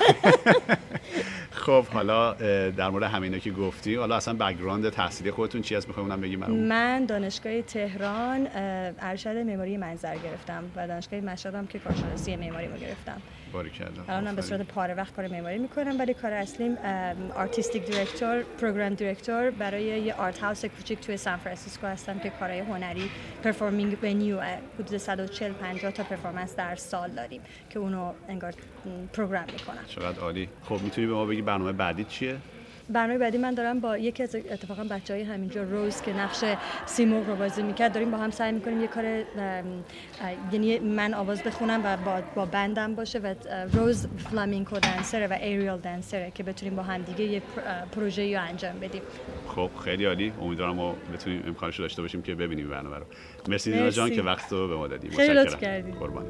خب حالا در مورد همینا که گفتی، حالا اصلا بک‌گراند تحصیلی خودتون چی هست می‌خواید اونم بگید برام؟ من دانشگاه تهران ارشد معماری منظر گرفتم و دانشگاه مشهد هم که کارشناسی معماری رو گرفتم. باریکلا. الانم به صورت پاره وقت کار معماری می‌کنم، ولی کار اصلیم آرتیستیک دایرکتور، پروگرام دایرکتور برای یه آرت هاوس کوچیک توی سان فرانسیسکو هستم که کارهای هنری پرفورمینگ ونیو حدود 140-50 تا پرفورمنس در سال داریم که اونو انگار پروگرام میکنن. چقدر عالی. خب میتونی به ما بگی برنامه بعدی چیه؟ برنامه بعدی من دارم با یکی از اتفاقا بچهای همینجا روز که نقش سیمرغ رو بازی میکرد داریم با هم سعی میکنیم یه کار، یعنی من آواز بخونم و با بندم باشه و روز فلامینکو دنسره و ایریال دنسره که بتونیم با هم دیگه یه پروژه‌ای رو انجام بدیم. خب خیلی عالی. امیدوارم ما بتونیم امکانش رو داشته باشیم که ببینیم برنامه رو. مرسی دینا جان که وقت رو به ما دادی. متشکرم. قربان.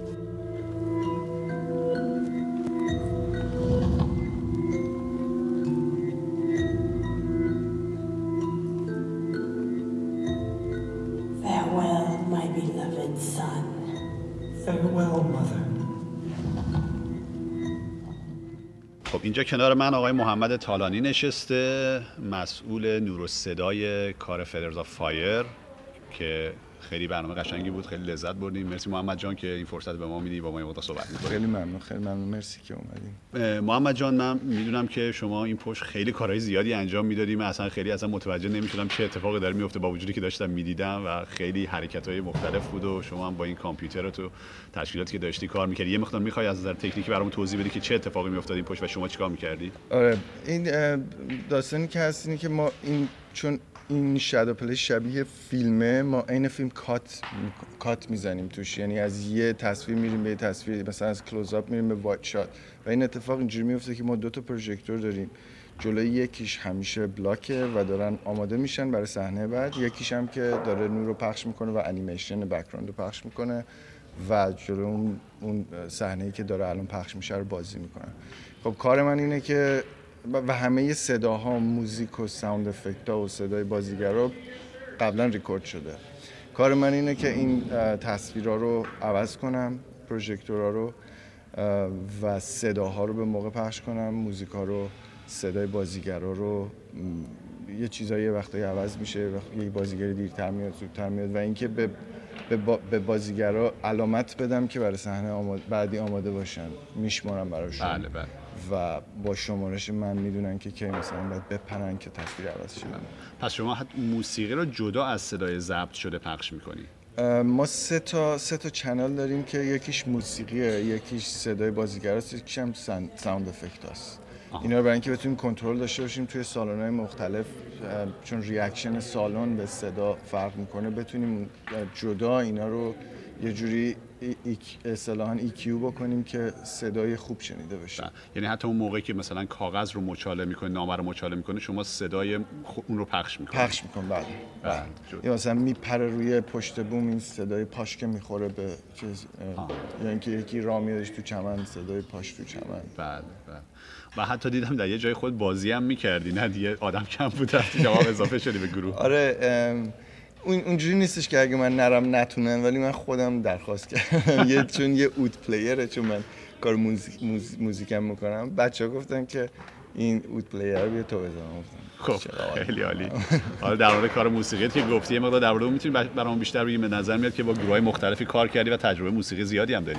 Farewell, my beloved son. Farewell, mother. خب اینجا کنار من آقای محمد طالانی نشسته، مسئول نور و صدای کار فدرز آف فایر که خیلی برنامه قشنگی بود، خیلی لذت بردیم. مرسی محمد جان که این فرصت به ما میدی با ما این وقت صحبت می‌کنیم. خیلی ممنون مرسی که اومدین. محمد جان من میدونم که شما این پشت خیلی کارهای زیادی انجام میدادیم، اصلا متوجه نمیشدم چه اتفاقی داره میفته با وجودی که داشتم میدیدم و خیلی حرکت‌های مختلف بود و شما هم با این کامپیوتر تو تشکیلاتی که داشتی کار می‌کردی. یه مقدار می‌خوای از نظر تکنیکی برامون توضیح بدی که چه اتفاقی می‌افتاد این پشت و شما چیکار می‌کردی؟ آره این داستانی که هست اینه که ما چون این شادو پلی شبیه فیلمه، ما عین فیلم کات میزنیم توش، یعنی از یه تصویر میریم به یه تصویر، مثلا از کلوزآپ میریم به وایت شات و این اتفاق اینجوری میفته که ما 2 تا پروژکتور داریم. جلوی یکیش همیشه بلاکه و دارن آماده میشن برای صحنه بعد، یکیش هم که داره نور رو پخش میکنه و انیمیشن بک‌گراند رو پخش میکنه و جلو اون صحنه‌ای که داره الان پخش میشه رو بازی میکنن. خب کار من اینه که و همه صداها، موزیک و ساوند افکت‌ها و صدای بازیگرا قبلا ریکورد شده. کار من اینه که این تصویرها رو عوض کنم، پروژکتورها رو و صداها رو به موقع پخش کنم، موزیک‌ها رو، صدای بازیگرا رو، یه چیزایی وقتایی عوض میشه، یه بازیگری دیرتر میاد، زودتر میاد و اینکه به بازیگرا علامت بدم که برای صحنه بعدی آماده باشن، میشمارم براشون. بله. و با شمارش من میدونن که کی مثلا باید بپرن که تصویر عوض شده. پس شما موسیقی رو جدا از صدای ضبط شده پخش میکنی؟ ما سه تا چنل داریم که یکیش موسیقیه، یکیش صدای بازیگراست، یکیش هم ساوند افکت هست. اینا رو برای اینکه بتونیم کنترل داشته باشیم توی سالن‌های مختلف، چون ریاکشن سالن به صدا فرق میکنه، بتونیم جدا اینا رو یه جوری اصطلاحاً EQ بکنیم که صدای خوب شنیده بشه. یعنی حتی اون موقعی که مثلا کاغذ رو مچاله میکنه، نامه رو مچاله میکنه، شما صدای اون رو پخش میکنید. بله. یا مثلا میپره روی پشت بوم، این صدای پاش که میخوره به چیز، یا اینکه یکی راه میادش تو چمن، صدای پاش تو چمن. بله. و حتی دیدم در یه جای خود بازی هم میکردی، نه دیگه آدم کم بود رفتی جواب اضافه شدی به گروه. آره، اونجوری نیستش که اگه من نرم نتونن، ولی من خودم درخواست کردم چون یه اود پلیره، چون من کار موزیکم میکنم، بچه‌ها گفتن که این اود پلیر رو بیا تو بزن. خب خیلی عالی. حالا در مورد کار موسیقیت که گفتی، یه مقدار در مورد اون میتونی برام بیشتر بگی؟ به نظر میاد که با گروهای مختلفی کار کردی و تجربه موسیقی زیادی هم داری.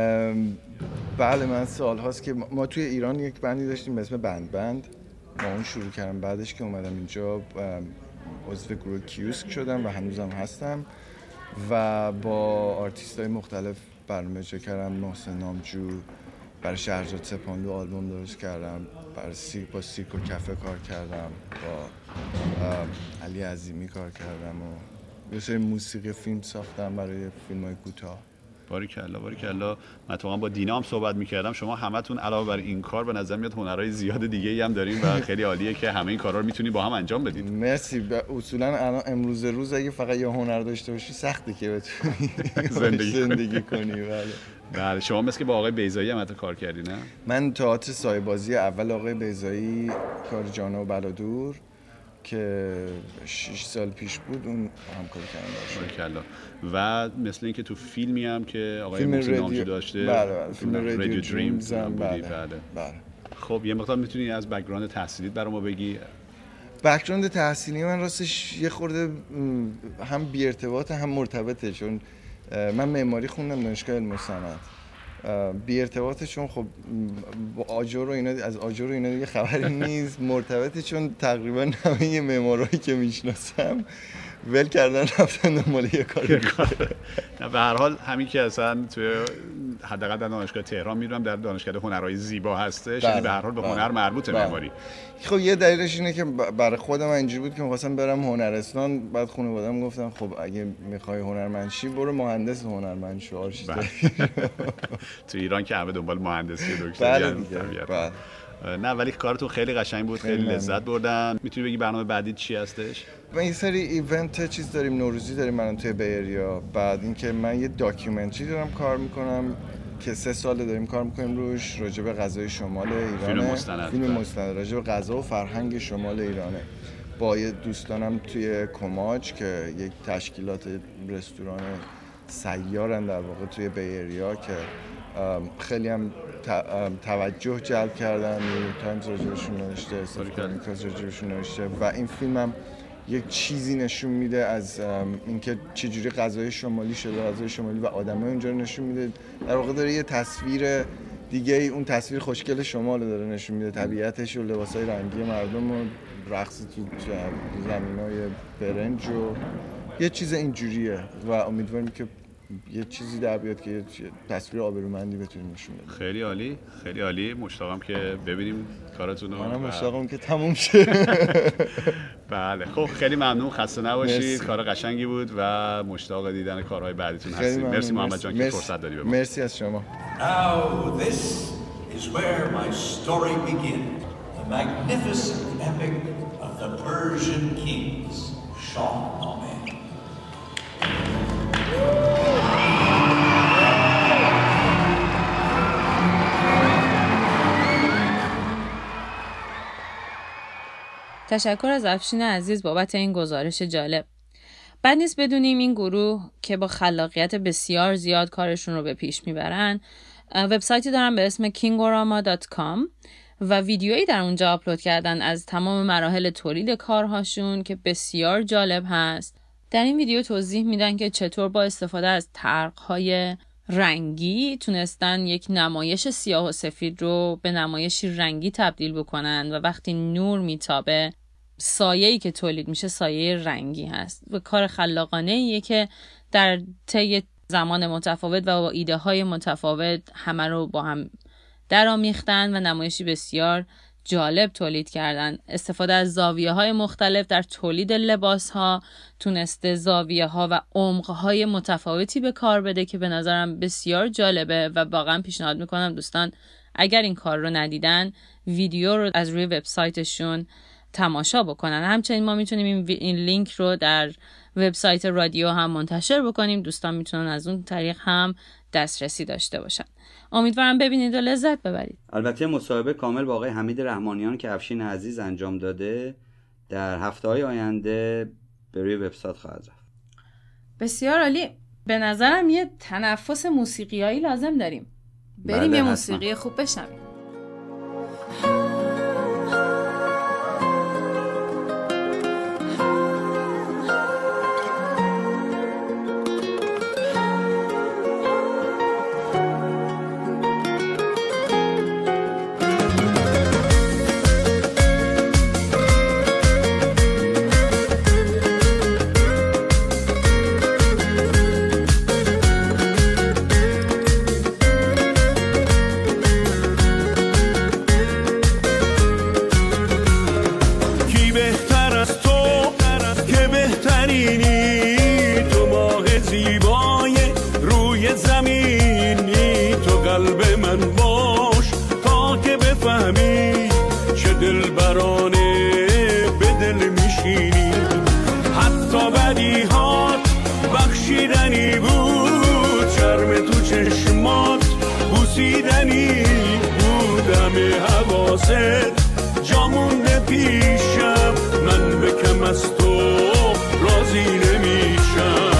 بله، من سال هاست که ما توی ایران یک بندی داشتیم به اسم بند. با اون شروع کردم، بعدش که اومدم اینجا عضو گروه کیوسک شدم و هنوزم هستم و با آرتیست‌های مختلف برنامه اجرا کردم. محسن نامجو برای شهرزاد سپاندو آلبوم درست کردم، برای با سیرک و کفه کار کردم، با علی عظیمی کار کردم و یه سری موسیقی فیلم ساختم برای فیلم‌های کوتاه. باریکلا. من اتفاقا با دینا هم صحبت می‌کردم، شما همتون علاوه بر این کار به نظر میاد هنرهای زیاد دیگه‌ای هم دارین و خیلی عالیه که همه این کارا رو میتونی با هم انجام بدید. مرسی. اصولا الان امروز روز اگه فقط یه هنر داشته باشی سخته که بتونی زندگی کنی. بله. شما مثل که با آقای بیضایی هم حتی کار کردی، نه؟ من تئاتر سایه بازی اول آقای بیضایی، کار جانا و بلادور که 6 سال پیش بود، اون همکاری کردم. و مثل اینکه تو فیلمی هم که آقای محسن نامجو داشته، بله، فیلم رادیو دریمز هم. بله. خب یه مقدار میتونی از بک‌گراند تحصیلیت برام بگی؟ بک‌گراند تحصیلی من راستش یه خورده هم بی ارتباطه هم مرتبطه، چون من معماری خوندم دانشگاه علم و صنعت. بی ارتباطه چون خب با آجر و اینا، از آجر و اینا دیگه خبری نیست. مرتبطه چون تقریبا همه معمارایی که میشناسم ول کردن رفتن دنبال یه کار. به هر حال همین که اصلا توی حداقل در دانشگاه تهران میدونم در دانشکده هنرهای زیبا هستش، یعنی به هر حال به هنر مربوطه معماری. خب یه دلیلش اینه که برای خودم اینجوری بود که می‌خواستم برم هنرستان، بعد خانواده‌ام گفتن خب اگه می‌خوای هنرمند شی برو مهندس هنرمند شو، آرشیتکت. تو ایران که همه دنبال مهندسی دکتری بله. نه ولی کارتون خیلی قشنگ بود، خیلی لذت بردم. میتونی بگی برنامه بعدی چی هستش؟ ما یه سری ایونت چیز داریم، نوروزی داریم الان توی بیریا. بعد اینکه من یه داکیومنتری دارم کار میکنم که 3 ساله داریم کار میکنیم روش، راجع به غذای شمال ایرانه. فیلم مستند راجع به غذا و فرهنگ شمال ایرانه. با یه دوستانم توی کماج که یک تشکیلات رستوران سیارن در واقع توی بیریا که خیلی هم توجه جلب کردن. نیویورک تایمز راجبشون نوشته، سالیکاس راجبشون نوشته و این فیلم هم یک چیزی نشون میده از اینکه چجوری غذای شمالی شده، غذای شمالی و آدمای اونجا رو نشون میده. در واقع داره یه تصویر دیگه، اون تصویر خوشگل شمال رو داره نشون میده، طبیعتش و لباسای رنگی مردم و رقص تو زمینای برنج و یه چیز اینجوریه و امیدواریم که یه چیزی در بیاد که یه تصویر آبرومندی بتونیم نشون بدیم. خیلی عالی، خیلی عالی. مشتاقم که ببینیم کارتون رو. منم مشتاقم که تموم شه. بله خب خیلی ممنون، خسته نباشید. کار قشنگی بود و مشتاق دیدن کارهای بعدیتون هستیم. مرسی محمد جان که فرصت دادی به ما. مرسی از شما. Now this is where my story begins. The magnificent epic of the Persian kings, Shahnameh. تشکر از افشین عزیز بابت این گزارش جالب. بد نیست بدونیم این گروه که با خلاقیت بسیار زیاد کارشون رو به پیش میبرن وبسایتی دارن به اسم kingorama.com و ویدیویی در اونجا آپلود کردن از تمام مراحل تولید کارهاشون که بسیار جالب هست. در این ویدیو توضیح میدن که چطور با استفاده از طرق‌های رنگی تونستن یک نمایش سیاه و سفید رو به نمایشی رنگی تبدیل بکنن و وقتی نور میتابه سایه‌ای که تولید میشه سایه رنگی هست و کار خلاقانه‌ایه که در طی زمان متفاوت و با ایده های متفاوت همه رو با هم درآمیختن و نمایشی بسیار جالب تولید کردن. استفاده از زاویه‌های مختلف در تولید لباس‌ها تونسته زاویه‌ها و عمق‌های متفاوتی به کار بده که به نظرم بسیار جالبه و واقعا پیشنهاد میکنم دوستان اگر این کار رو ندیدن ویدیو رو از روی وبسایتشون تماشا بکنن. همچنین ما میتونیم این لینک رو در وبسایت رادیو هم منتشر بکنیم، دوستان میتونن از اون طریق هم دسترسی داشته باشن. امیدوارم ببینید و لذت ببرید. البته مصاحبه کامل با آقای حمید رحمانیان که افشین عزیز انجام داده در هفته‌های آینده به روی وبسایت خواهد رفت. بسیار عالی. به نظرم یه تنفس موسیقیایی لازم داریم. بریم یه موسیقی خوب بشنویم. جامونده پیشم من به کم از تو راضی نمیشم.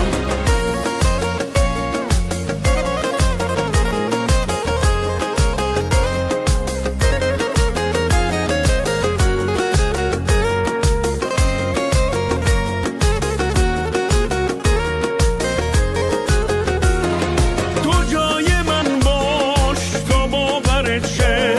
تو جای من باش تا باورت شه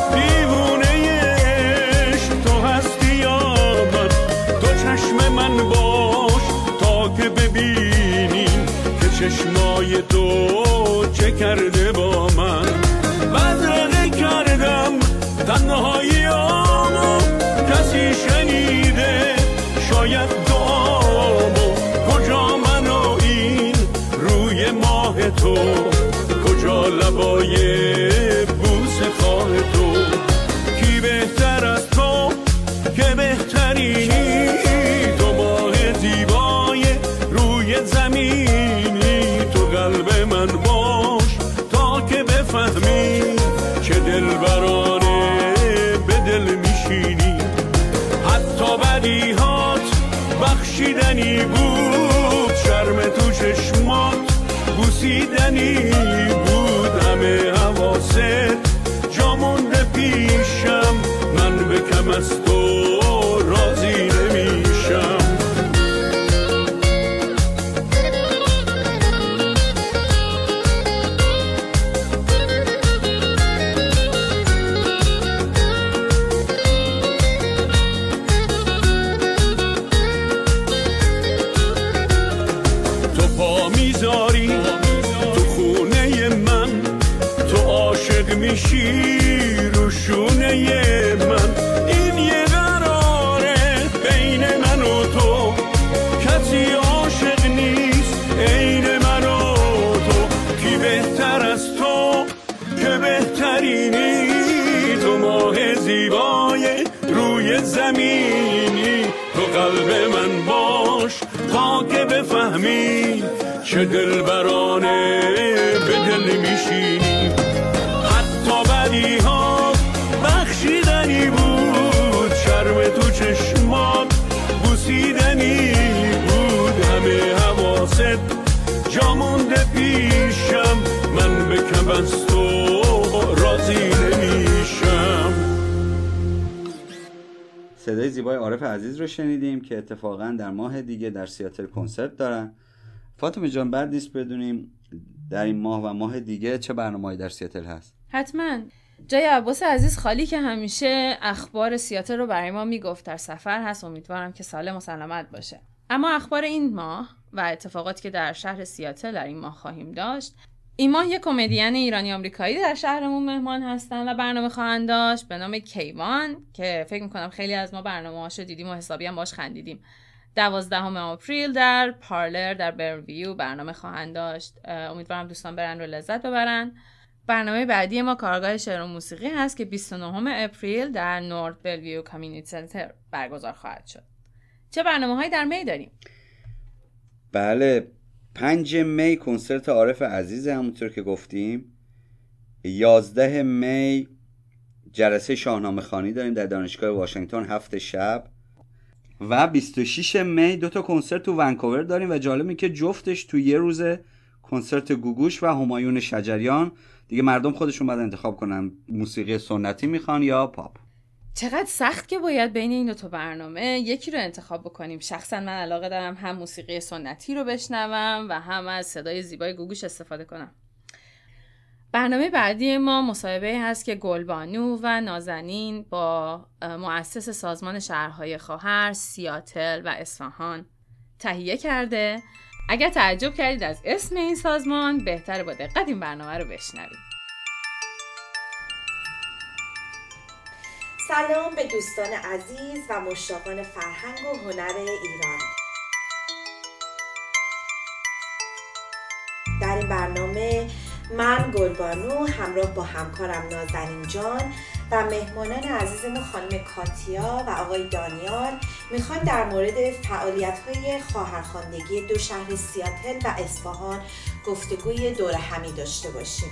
چشمای تو چه کرده با من. بدرقه کردم تنهاییامو کسی شنیده شاید دعامو. کجا من و این روی ماه تو، کجا لبای بوس خواه تو. کی بهتر از تو که بهترینی، تو ماه زیبای روی زمین. قلب من باش تا که بفهمی چه دلبرانه به دل میشینی. حتی بدیهات بخشیدنی بود، شرم تو چشمات بوسیدنی بود. همه حواست جامونده پیشم من به کم از تو راضی نمیشم. میشی رو شونه من. این یه قراره بین من و تو، کسی عاشق نیست عین من و تو. کی بهتر از تو که بهترینی، تو ماه زیبای روی زمینی. تو قلب من باش تا که بفهمی چه دلبرانه به دل میشینی. بدیها بخشیدنی بود، شرم تو چشمات بوسیدنی بود. همه حواست جامونده پیشم من به کم از تو راضی نمیشم. صدای زیبای عارف عزیز رو شنیدیم که اتفاقا در ماه دیگه در سیاتل کنسرت دارن. فاطمه جان بعد نیست بدونیم در این ماه و ماه دیگه چه برنامه‌ای در سیاتل هست؟ حتما. جای عباس عزیز خالی که همیشه اخبار سیاتل رو برای ما میگفت در سفر هست. امیدوارم که سالم و سلامت باشه. اما اخبار این ماه و اتفاقاتی که در شهر سیاتل در این ماه خواهیم داشت این ماه یک کمدین ایرانی آمریکایی در شهرمون مهمان هستن و برنامه خواهند داشت به نام کیوان که فکر میکنم خیلی از ما برنامه‌هاشو دیدیم و حسابی هم باش خندیدیم. 12 آپریل در پارلر در برنویو برنامه خواهند داشت. امیدوارم دوستان برن رو لذت ببرن. برنامه بعدی ما کارگاه شعر و موسیقی هست که 29 اپریل در نورت بلویو کامیونیتی سنتر برگزار خواهد شد. چه برنامه‌هایی در می داریم؟ بله، 5 می کنسرت عارف عزیز همونطور که گفتیم. 11 می جلسه شاهنامه خوانی داریم در دانشگاه واشنگتن 7 شب و 26 می 2 تا کنسرت تو ونکوور داریم و جالبه که جفتش تو یه روزه، کنسرت گوگوش و همایون شجریان. دیگه مردم خودشون باید انتخاب کنن موسیقی سنتی میخوان یا پاپ. چقدر سخت که باید بین این 2 تا برنامه یکی رو انتخاب بکنیم. شخصا من علاقه دارم هم موسیقی سنتی رو بشنوم و هم از صدای زیبای گوگوش استفاده کنم. برنامه بعدی ما مصاحبه هست که گلبانو و نازنین با مؤسس سازمان شهرهای خواهر سیاتل و اصفهان تهیه کرده. اگر تعجب کردید از اسم این سازمان، بهتره با دقت این برنامه رو بشنوید. سلام به دوستان عزیز و مشتاقان فرهنگ و هنر ایران. در این برنامه من گلبانو همراه با همکارم نازنین جان و مهمانان عزیزمون خانم کاتیا و آقای دانیال میخوایم در مورد فعالیت‌های خواهرخواندگی 2 شهر سیاتل و اصفهان گفتگوی دور همی داشته باشیم.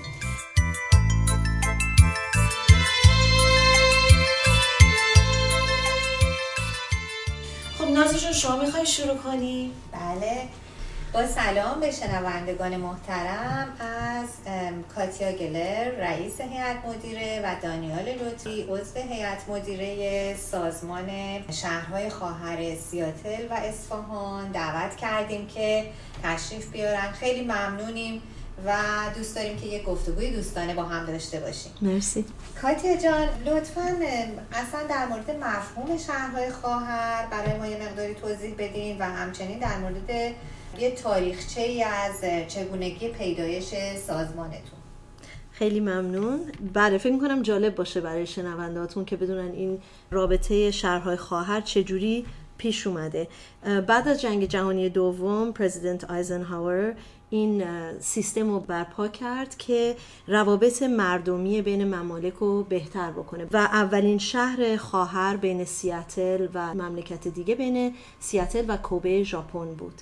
خب نازشون شما میخوای شروع کنی؟ بله، با سلام به شنوندگان محترم از کاتیا گلر رئیس هیئت مدیره و دانیال لطفی عضو هیئت مدیره سازمان شهرهای خواهر سیاتل و اصفهان دعوت کردیم که تشریف بیارن. خیلی ممنونیم و دوست داریم که یک گفتگوی دوستانه با هم داشته باشیم. مرسی. کاتیا جان لطفاً اصلا در مورد مفهوم شهرهای خواهر برای ما یه مقداری توضیح بدین و همچنین در مورد یه تاریخچه‌ای از چگونگی پیدایش سازمانتون. خیلی ممنون. بله، فکر می‌کنم جالب باشه برای شنوندهاتون که بدونن این رابطه شهرهای خواهر چجوری پیش اومده. بعد از جنگ جهانی دوم پرزیدنت آیزنهاور این سیستم رو برپا کرد که روابط مردمی بین ممالک رو بهتر بکنه و اولین شهر خواهر بین سیاتل و مملکت دیگه بین سیاتل و کوبه ژاپن بود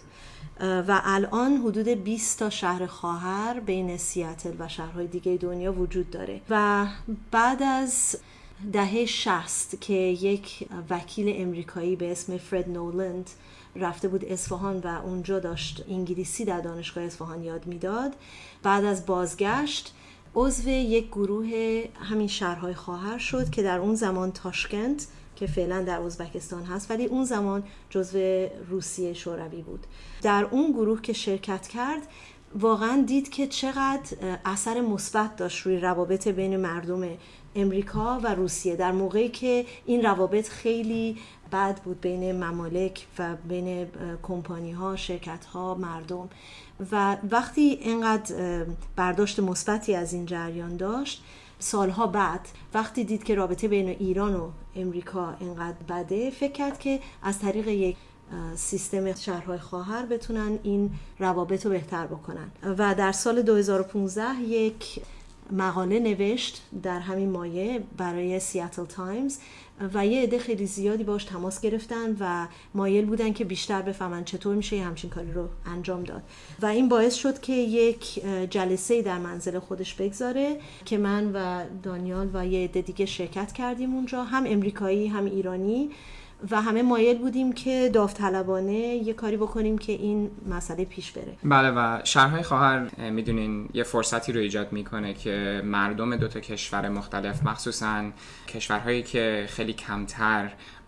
و الان حدود 20 تا شهر خواهر بین سیاتل و شهرهای دیگه دنیا وجود داره. و بعد از دهه 60 که یک وکیل امریکایی به اسم فرد نولند رفته بود اصفهان و اونجا داشت انگلیسی در دانشگاه اصفهان یاد میداد، بعد از بازگشت عضو یک گروه همین شهرهای خواهر شد که در اون زمان تاشکند که فعلا در ازبکستان هست ولی اون زمان جزو روسیه شوروی بود. در اون گروه که شرکت کرد واقعا دید که چقدر اثر مثبت داشت روی روابط بین مردم امریکا و روسیه در موقعی که این روابط خیلی بد بود بین ممالک و بین کمپانی ها، شرکت ها، مردم. و وقتی اینقدر برداشت مثبتی از این جریان داشت، سالها بعد وقتی دید که رابطه بین ایران و امریکا اینقدر بده، فکر کرد که از طریق یک سیستم شهرهای خواهر بتونن این روابط رو بهتر بکنن و در سال 2015 یک مقاله نوشت در همین مایه برای سیاتل تایمز و یه عده خیلی زیادی باش تماس گرفتن و مایل بودن که بیشتر بفهمن چطور میشه یه همچین کاری رو انجام داد و این باعث شد که یک جلسه در منزل خودش بگذاره که من و دانیال و یه عده دیگه شرکت کردیم اونجا، هم امریکایی هم ایرانی، و همه مایل بودیم که داوطلبانه یه کاری بکنیم که این مسئله پیش بره. بله، و شهرهای خواهر میدونین یه فرصتی رو ایجاد میکنه که مردم 2 تا کشور مختلف، مخصوصاً کشورهایی که خیلی کمتر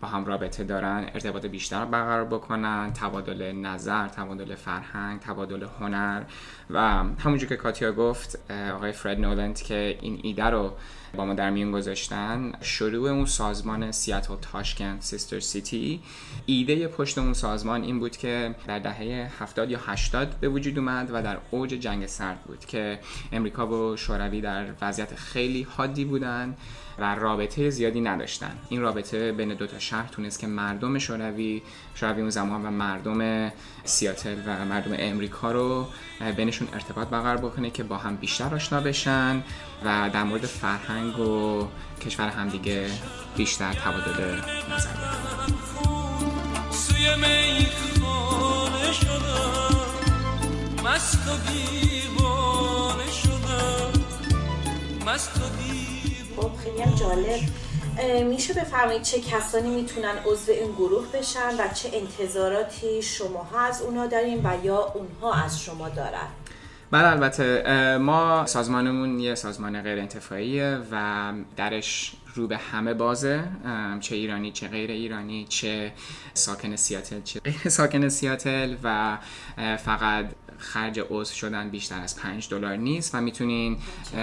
با هم رابطه دارن ارتباط بیشتر برقرار بکنن، تبادل نظر، تبادل فرهنگ، تبادل هنر. و همونجور که کاتیا گفت، آقای فرد نولند که این ایده رو با ما در میون گذاشتن، شروع اون سازمان سیاتل تاشکند سیستر سیتی، ایده پشت اون سازمان این بود که در دهه 70 یا 80 به وجود اومد و در اوج جنگ سرد بود که امریکا و شوروی در وضعیت خیلی حادی بودن و رابطه زیادی نداشتن. این رابطه بین دو تا شهر تونست که مردم شوروی اون زمان و مردم سیاتل و مردم امریکا رو بینشون ارتباط برقرار بکنه که با هم بیشتر آشنا بشن و در مورد فرهنگ و کشور همدیگه بیشتر تبادل نظر بکنن. سوی میخانه شدم، مست و دیوانه شدم، مست و خب خیلی هم جالب. میشه بفرمایید چه کسانی میتونن عضو این گروه بشن و چه انتظاراتی شماها از اونا دارین و یا اونها از شما دارن؟ بله البته ما سازمانمون یه سازمان غیر انتفاعیه و درش رو به همه بازه، چه ایرانی چه غیر ایرانی، چه ساکن سیاتل چه غیر ساکن سیاتل، و فقط خرج عضو شدن بیشتر از $5 نیست و میتونین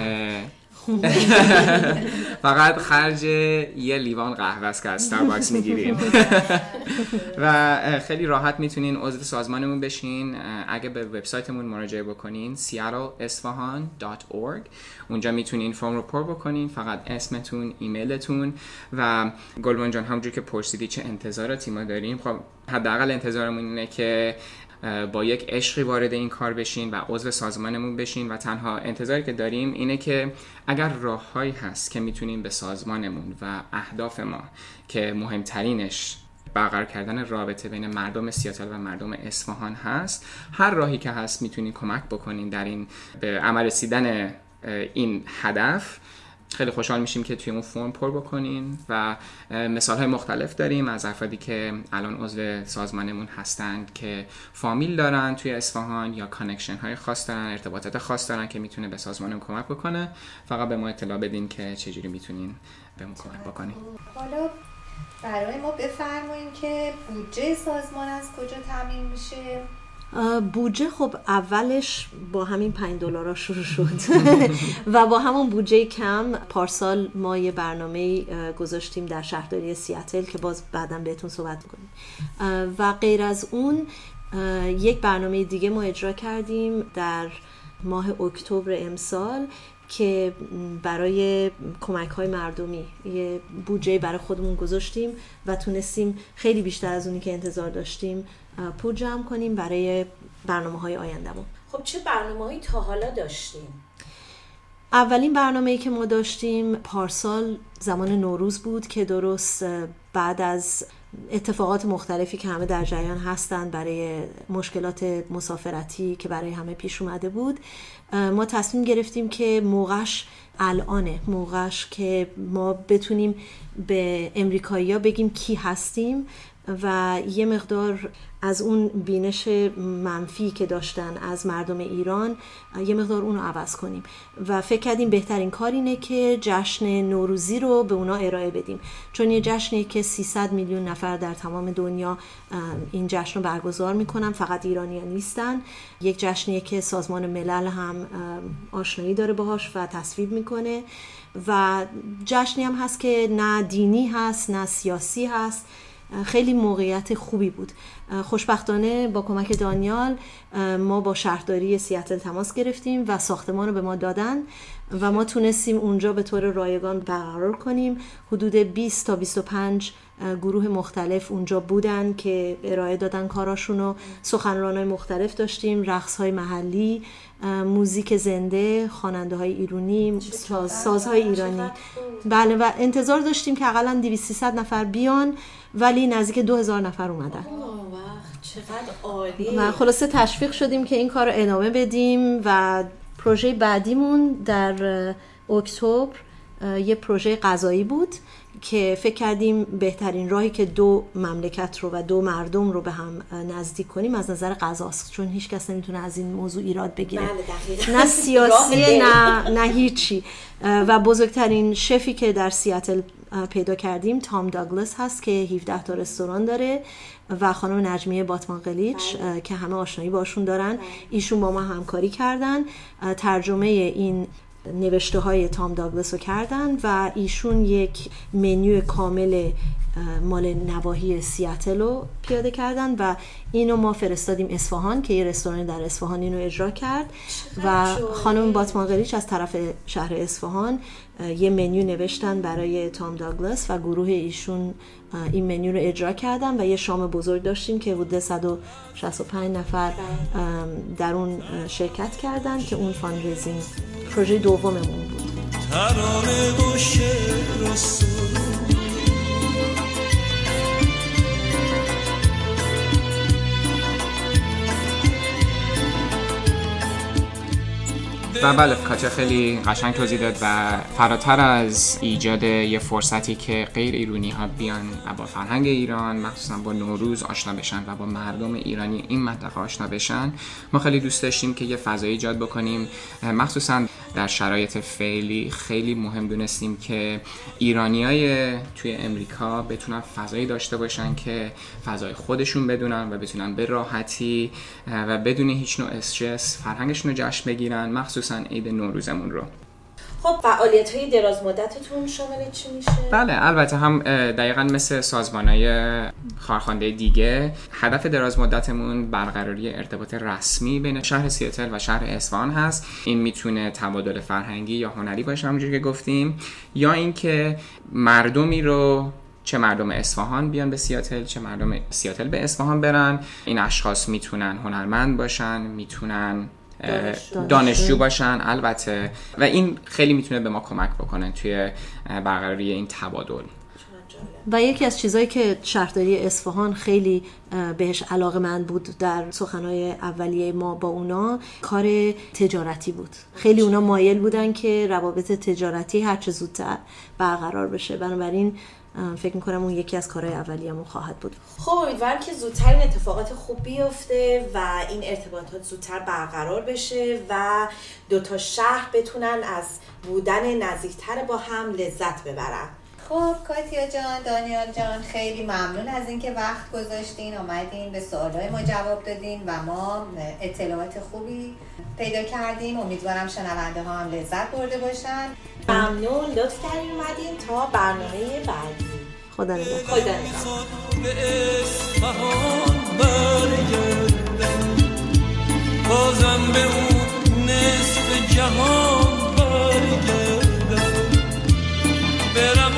فقط خرج یه لیوان قهوه است که از استارباکس میگیرین و خیلی راحت میتونین عضو سازمانمون بشین. اگه به وبسایتمون مراجعه بکنین seattleisfahan.org، اونجا میتونین فرم رو پر بکنین، فقط اسمتون، ایمیلتون و گلبان جان همونجور که پرسیدی چه انتظاراتی ما داریم، خب حداقل انتظارمون اینه که با یک عشقی وارد این کار بشین و عضو سازمانمون بشین و تنها انتظاری که داریم اینه که اگر راههایی هست که میتونیم به سازمانمون و اهداف ما که مهمترینش برقرار کردن رابطه بین مردم سیاتل و مردم اصفهان هست، هر راهی که هست میتونین کمک بکنین در این به عمل رسیدن این هدف. خیلی خوشحال میشیم که توی اون فرم پر بکنین و مثال‌های مختلف داریم از افرادی که الان عضو سازمانمون هستند که فامیل دارن توی اصفهان یا کانکشن های خاص دارن، ارتباطات خاص دارن که میتونه به سازمانمون کمک بکنه. فقط به ما اطلاع بدین که چجوری میتونین بهمون کمک بکنین. حالا برای ما بفرمایین که بودجه سازمان از کجا تامین میشه؟ بودجه خب اولش با همین $5 شروع شد و با همون بودجه کم پارسال ما یه برنامه گذاشتیم در شهرداری سیاتل که باز بعداً بهتون صحبت می‌کنیم و غیر از اون یک برنامه دیگه ما اجرا کردیم در ماه اکتبر امسال که برای کمک‌های مردمی یه بودجه برای خودمون گذاشتیم و تونستیم خیلی بیشتر از اونی که انتظار داشتیم پول جمع کنیم برای برنامه‌های آینده‌مون. خب چه برنامه‌هایی تا حالا داشتیم؟ اولین برنامه‌ای که ما داشتیم پارسال زمان نوروز بود که درست بعد از اتفاقات مختلفی که همه در جریان هستند برای مشکلات مسافرتی که برای همه پیش اومده بود، ما تصمیم گرفتیم که موقعش که ما بتونیم به امریکایی‌ها بگیم کی هستیم و یه مقدار از اون بینش منفی که داشتن از مردم ایران یه مقدار اونو عوض کنیم و فکر کردیم بهترین کار اینه که جشن نوروزی رو به اونا ارائه بدیم، چون یه جشنیه که 300 میلیون نفر در تمام دنیا این جشن رو برگزار میکنن، فقط ایرانی‌ها نیستن. یک جشنیه که سازمان ملل هم آشنایی داره باهاش و تصویب میکنه و جشنی هم هست که نه دینی هست نه سیاسی هست. خیلی موقعیت خوبی بود. خوشبختانه با کمک دانیال ما با شهرداری سیاتل تماس گرفتیم و ساختمان رو به ما دادن و ما تونستیم اونجا به طور رایگان برقرار کنیم. حدود 20 تا 25 گروه مختلف اونجا بودن که ارائه دادن کاراشونو. سخنرانای مختلف داشتیم، رقص‌های محلی، موزیک زنده، خواننده‌های ایرانی، سازهای ایرانی. بله و انتظار داشتیم که حداقل 200-300 نفر بیان ولی نزدیک 2000 نفر اومدن. چقدر عالی. و خلاصه تشویق شدیم که این کار رو ادامه بدیم و پروژه بعدیمون در اکتبر یه پروژه غذایی بود که فکر کردیم بهترین راهی که دو مملکت رو و دو مردم رو به هم نزدیک کنیم از نظر غذاست، چون هیچ کس نمیتونه از این موضوع ایراد بگیره. نه سیاسی نه هیچی. و بزرگترین شفی که در سیاتل پیدا کردیم تام داگلاس هست که 17 تا رستوران داره و خانم نجمیه باتمان قلیچ که همه آشنایی باشون دارن. ایشون با ما همکاری کردن، ترجمه این نوشته های تام داگلاس رو کردن و ایشون یک منیو کامل مال نواحی سیاتل رو پیاده کردن و اینو ما فرستادیم اصفهان که یه رستوران در اصفهان اینو اجرا کرد و خانم باتمان قلیچ از طرف شهر اصفهان یه منیو نوشتن برای تام داگلاس و گروه ایشون این منیو رو اجرا کردن و یه شام بزرگ داشتیم که حدود 165 نفر در اون شرکت کردن که اون فاندریزینگ پروژه دوممون بود. ترانه و شعر و و بله کاتیا خیلی قشنگ توضیح داد و فراتر از ایجاد یه فرصتی که غیر ایرانی ها بیان و با فرهنگ ایران مخصوصا با نوروز آشنا بشن و با مردم ایرانی این منطقه آشنا بشن، ما خیلی دوست داشتیم که یه فضایی ایجاد بکنیم. مخصوصا در شرایط فعلی خیلی مهم دونستیم که ایرانیای توی امریکا بتونن فضایی داشته باشن که فضای خودشون بدونن و بتونن به راحتی و بدون هیچ نوع استرس فرهنگشون رو جشن بگیرن، مخصوصا عید نوروزمون رو. خب فعالیت‌های دراز مدتتون شامل چی میشه؟ بله البته هم دقیقاً مثل سازمان‌های خارخوانده دیگه هدف دراز مدتمون برقراری ارتباط رسمی بین شهر سیاتل و شهر اصفهان هست. این میتونه تبادل فرهنگی یا هنری باشه همونجوری که گفتیم، یا اینکه مردمی رو چه مردم اصفهان بیان به سیاتل چه مردم سیاتل به اصفهان برن. این اشخاص میتونن هنرمند باشن، میتونن دانشجو باشن البته، و این خیلی میتونه به ما کمک بکنه توی برقراری این تبادل. و یکی از چیزایی که شهرداری اصفهان خیلی بهش علاقه‌مند بود در سخنهای اولیه ما با اونا، کار تجارتی بود. خیلی اونا مایل بودن که روابط تجارتی هر چه زودتر برقرار بشه، بنابراین فکر میکنم اون یکی از کارهای اولیه‌مون خواهد بود. خب امیدوارم که زودتر این اتفاقات خوب بیفته و این ارتباطات زودتر برقرار بشه و دوتا شهر بتونن از بودن نزدیکتر با هم لذت ببرن. خب کاتیا جان، دانیال جان، خیلی ممنون از اینکه وقت گذاشتین اومدین به سوالای ما جواب دادین و ما اطلاعات خوبی پیدا کردیم. امیدوارم شنونده ها هم لذت برده باشن. ممنون، لطف کردین اومدین. تا برنامه بعدی. خدا نگهدار. خدا نگهدار. بازم به اون نصف جهان برگردم، برم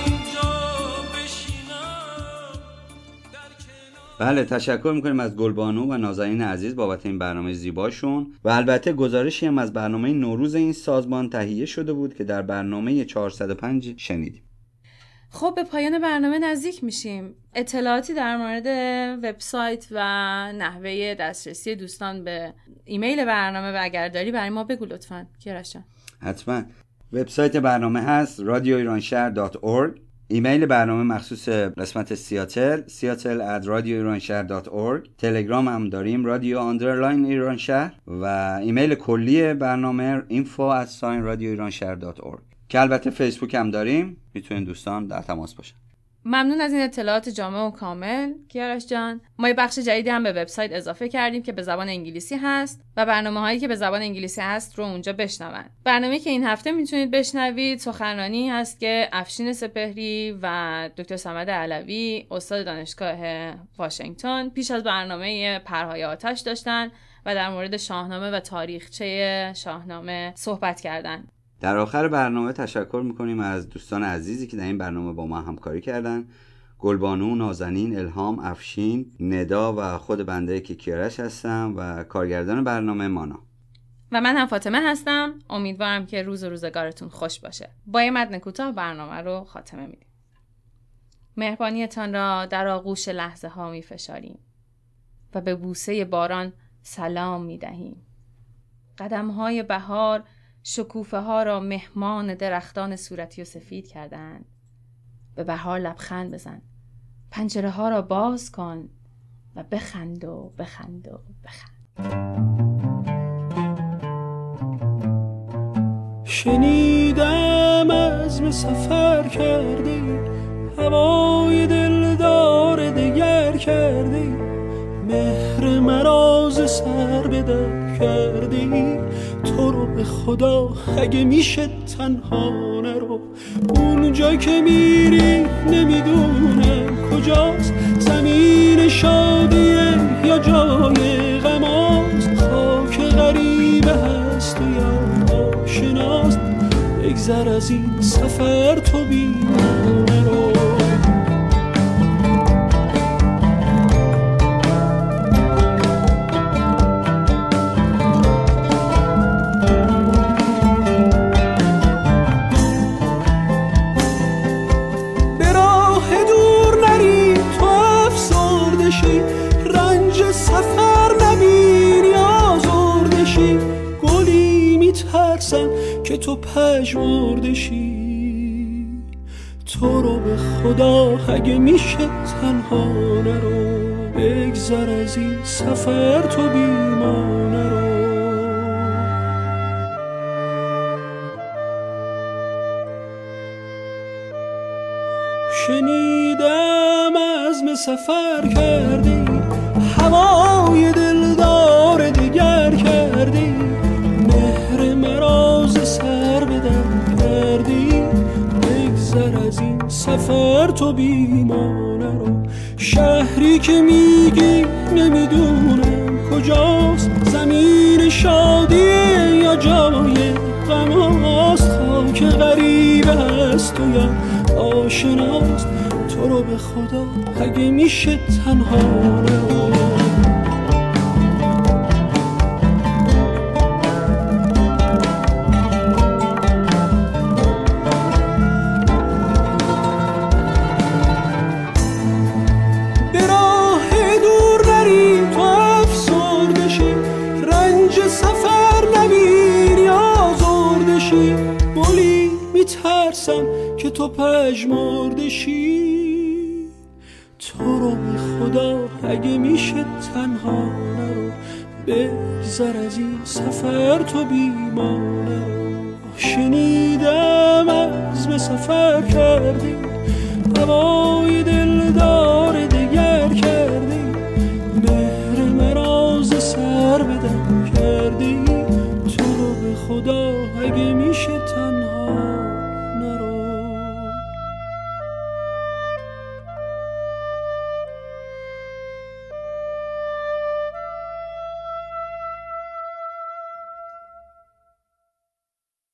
بله تشکر میکنیم از گلبانو و نازنین عزیز بابت این برنامه زیباشون و البته گزارشی هم از برنامه نوروز این سازمان تهیه شده بود که در برنامه 405 شنیدیم. خب به پایان برنامه نزدیک میشیم. اطلاعاتی در مورد وبسایت و نحوه دسترسی دوستان به ایمیل برنامه و اگر داری برای ما بگو لطفاً کیارش جان. حتما. وبسایت برنامه هست radioiranshahr.org. ایمیل برنامه مخصوص قسمت سیاتل seattle@radioiranshahr.org. تلگرام هم داریم radio_ایرانشهر و ایمیل کلی برنامه info@radioiranshahr.org که البته فیسبوک هم داریم، میتونین دوستان در تماس باشن. ممنون از این اطلاعات جامع و کامل کیارش جان. ما یه بخش جدیدی هم به وبسایت اضافه کردیم که به زبان انگلیسی هست و برنامه‌هایی که به زبان انگلیسی هست رو اونجا بشنون. برنامه‌ای که این هفته میتونید بشنوید سخنرانی هست که افشین سپهری و دکتر صمد علوی استاد دانشگاه واشنگتن پیش از برنامه پرهای آتش داشتن و در مورد شاهنامه و تاریخچه شاهنامه صحبت کردن. در آخر برنامه تشکر میکنیم از دوستان عزیزی که در این برنامه با ما همکاری کردن: گلبانو، نازنین، الهام، افشین، ندا و خود بنده که کیارش هستم و کارگردان برنامه مانا. و من هم فاطمه هستم. امیدوارم که روز و روزگارتون خوش باشه. با یه متن کوتاه برنامه رو خاتمه میدیم. مهربانیتان را در آغوش لحظه ها میفشاریم و به بوسه باران سلام میدهیم. قدم های بهار شکوفه ها را مهمان درختان صورتی و سفید کردند. به بهار لبخند بزن، پنجره ها را باز کن و بخند و بخند و بخند. شنیدم از عزم سفر کردی، هوای دلدار دگر کردی، مهر مرا ز سر به در کردی. تو رو به خدا اگه میشه تنها نرو، اونجا که میری نمیدونم کجاست، زمین شادیه یا جای غماست، خاک غریبه هست و یا آشناست. بگذر از این سفر تو بی نرو. که تو پژمرده شی، تو رو به خدا اگه میشه تنها نرو. بگذر از این سفر تو بی ما نرو. شنیدم عزم سفر کردی، هوای دلدار دگر کردی، مهر مراز سر به در کردی. بگذر از این سفر تو بی ما نرو. شهری که میگی نمیدونم کجاست، زمین شادیه یا جای غماست، خاک غریبه هست و یا آشناست. تو رو به خدا اگه میشه تنها نرو. که تو پژمرده شی، تو رو به خدا اگه میشه تنها نرو. بگذر از این سفر تو بی ما نرو. شنیدم عزم سفر کردی، هوای دلدار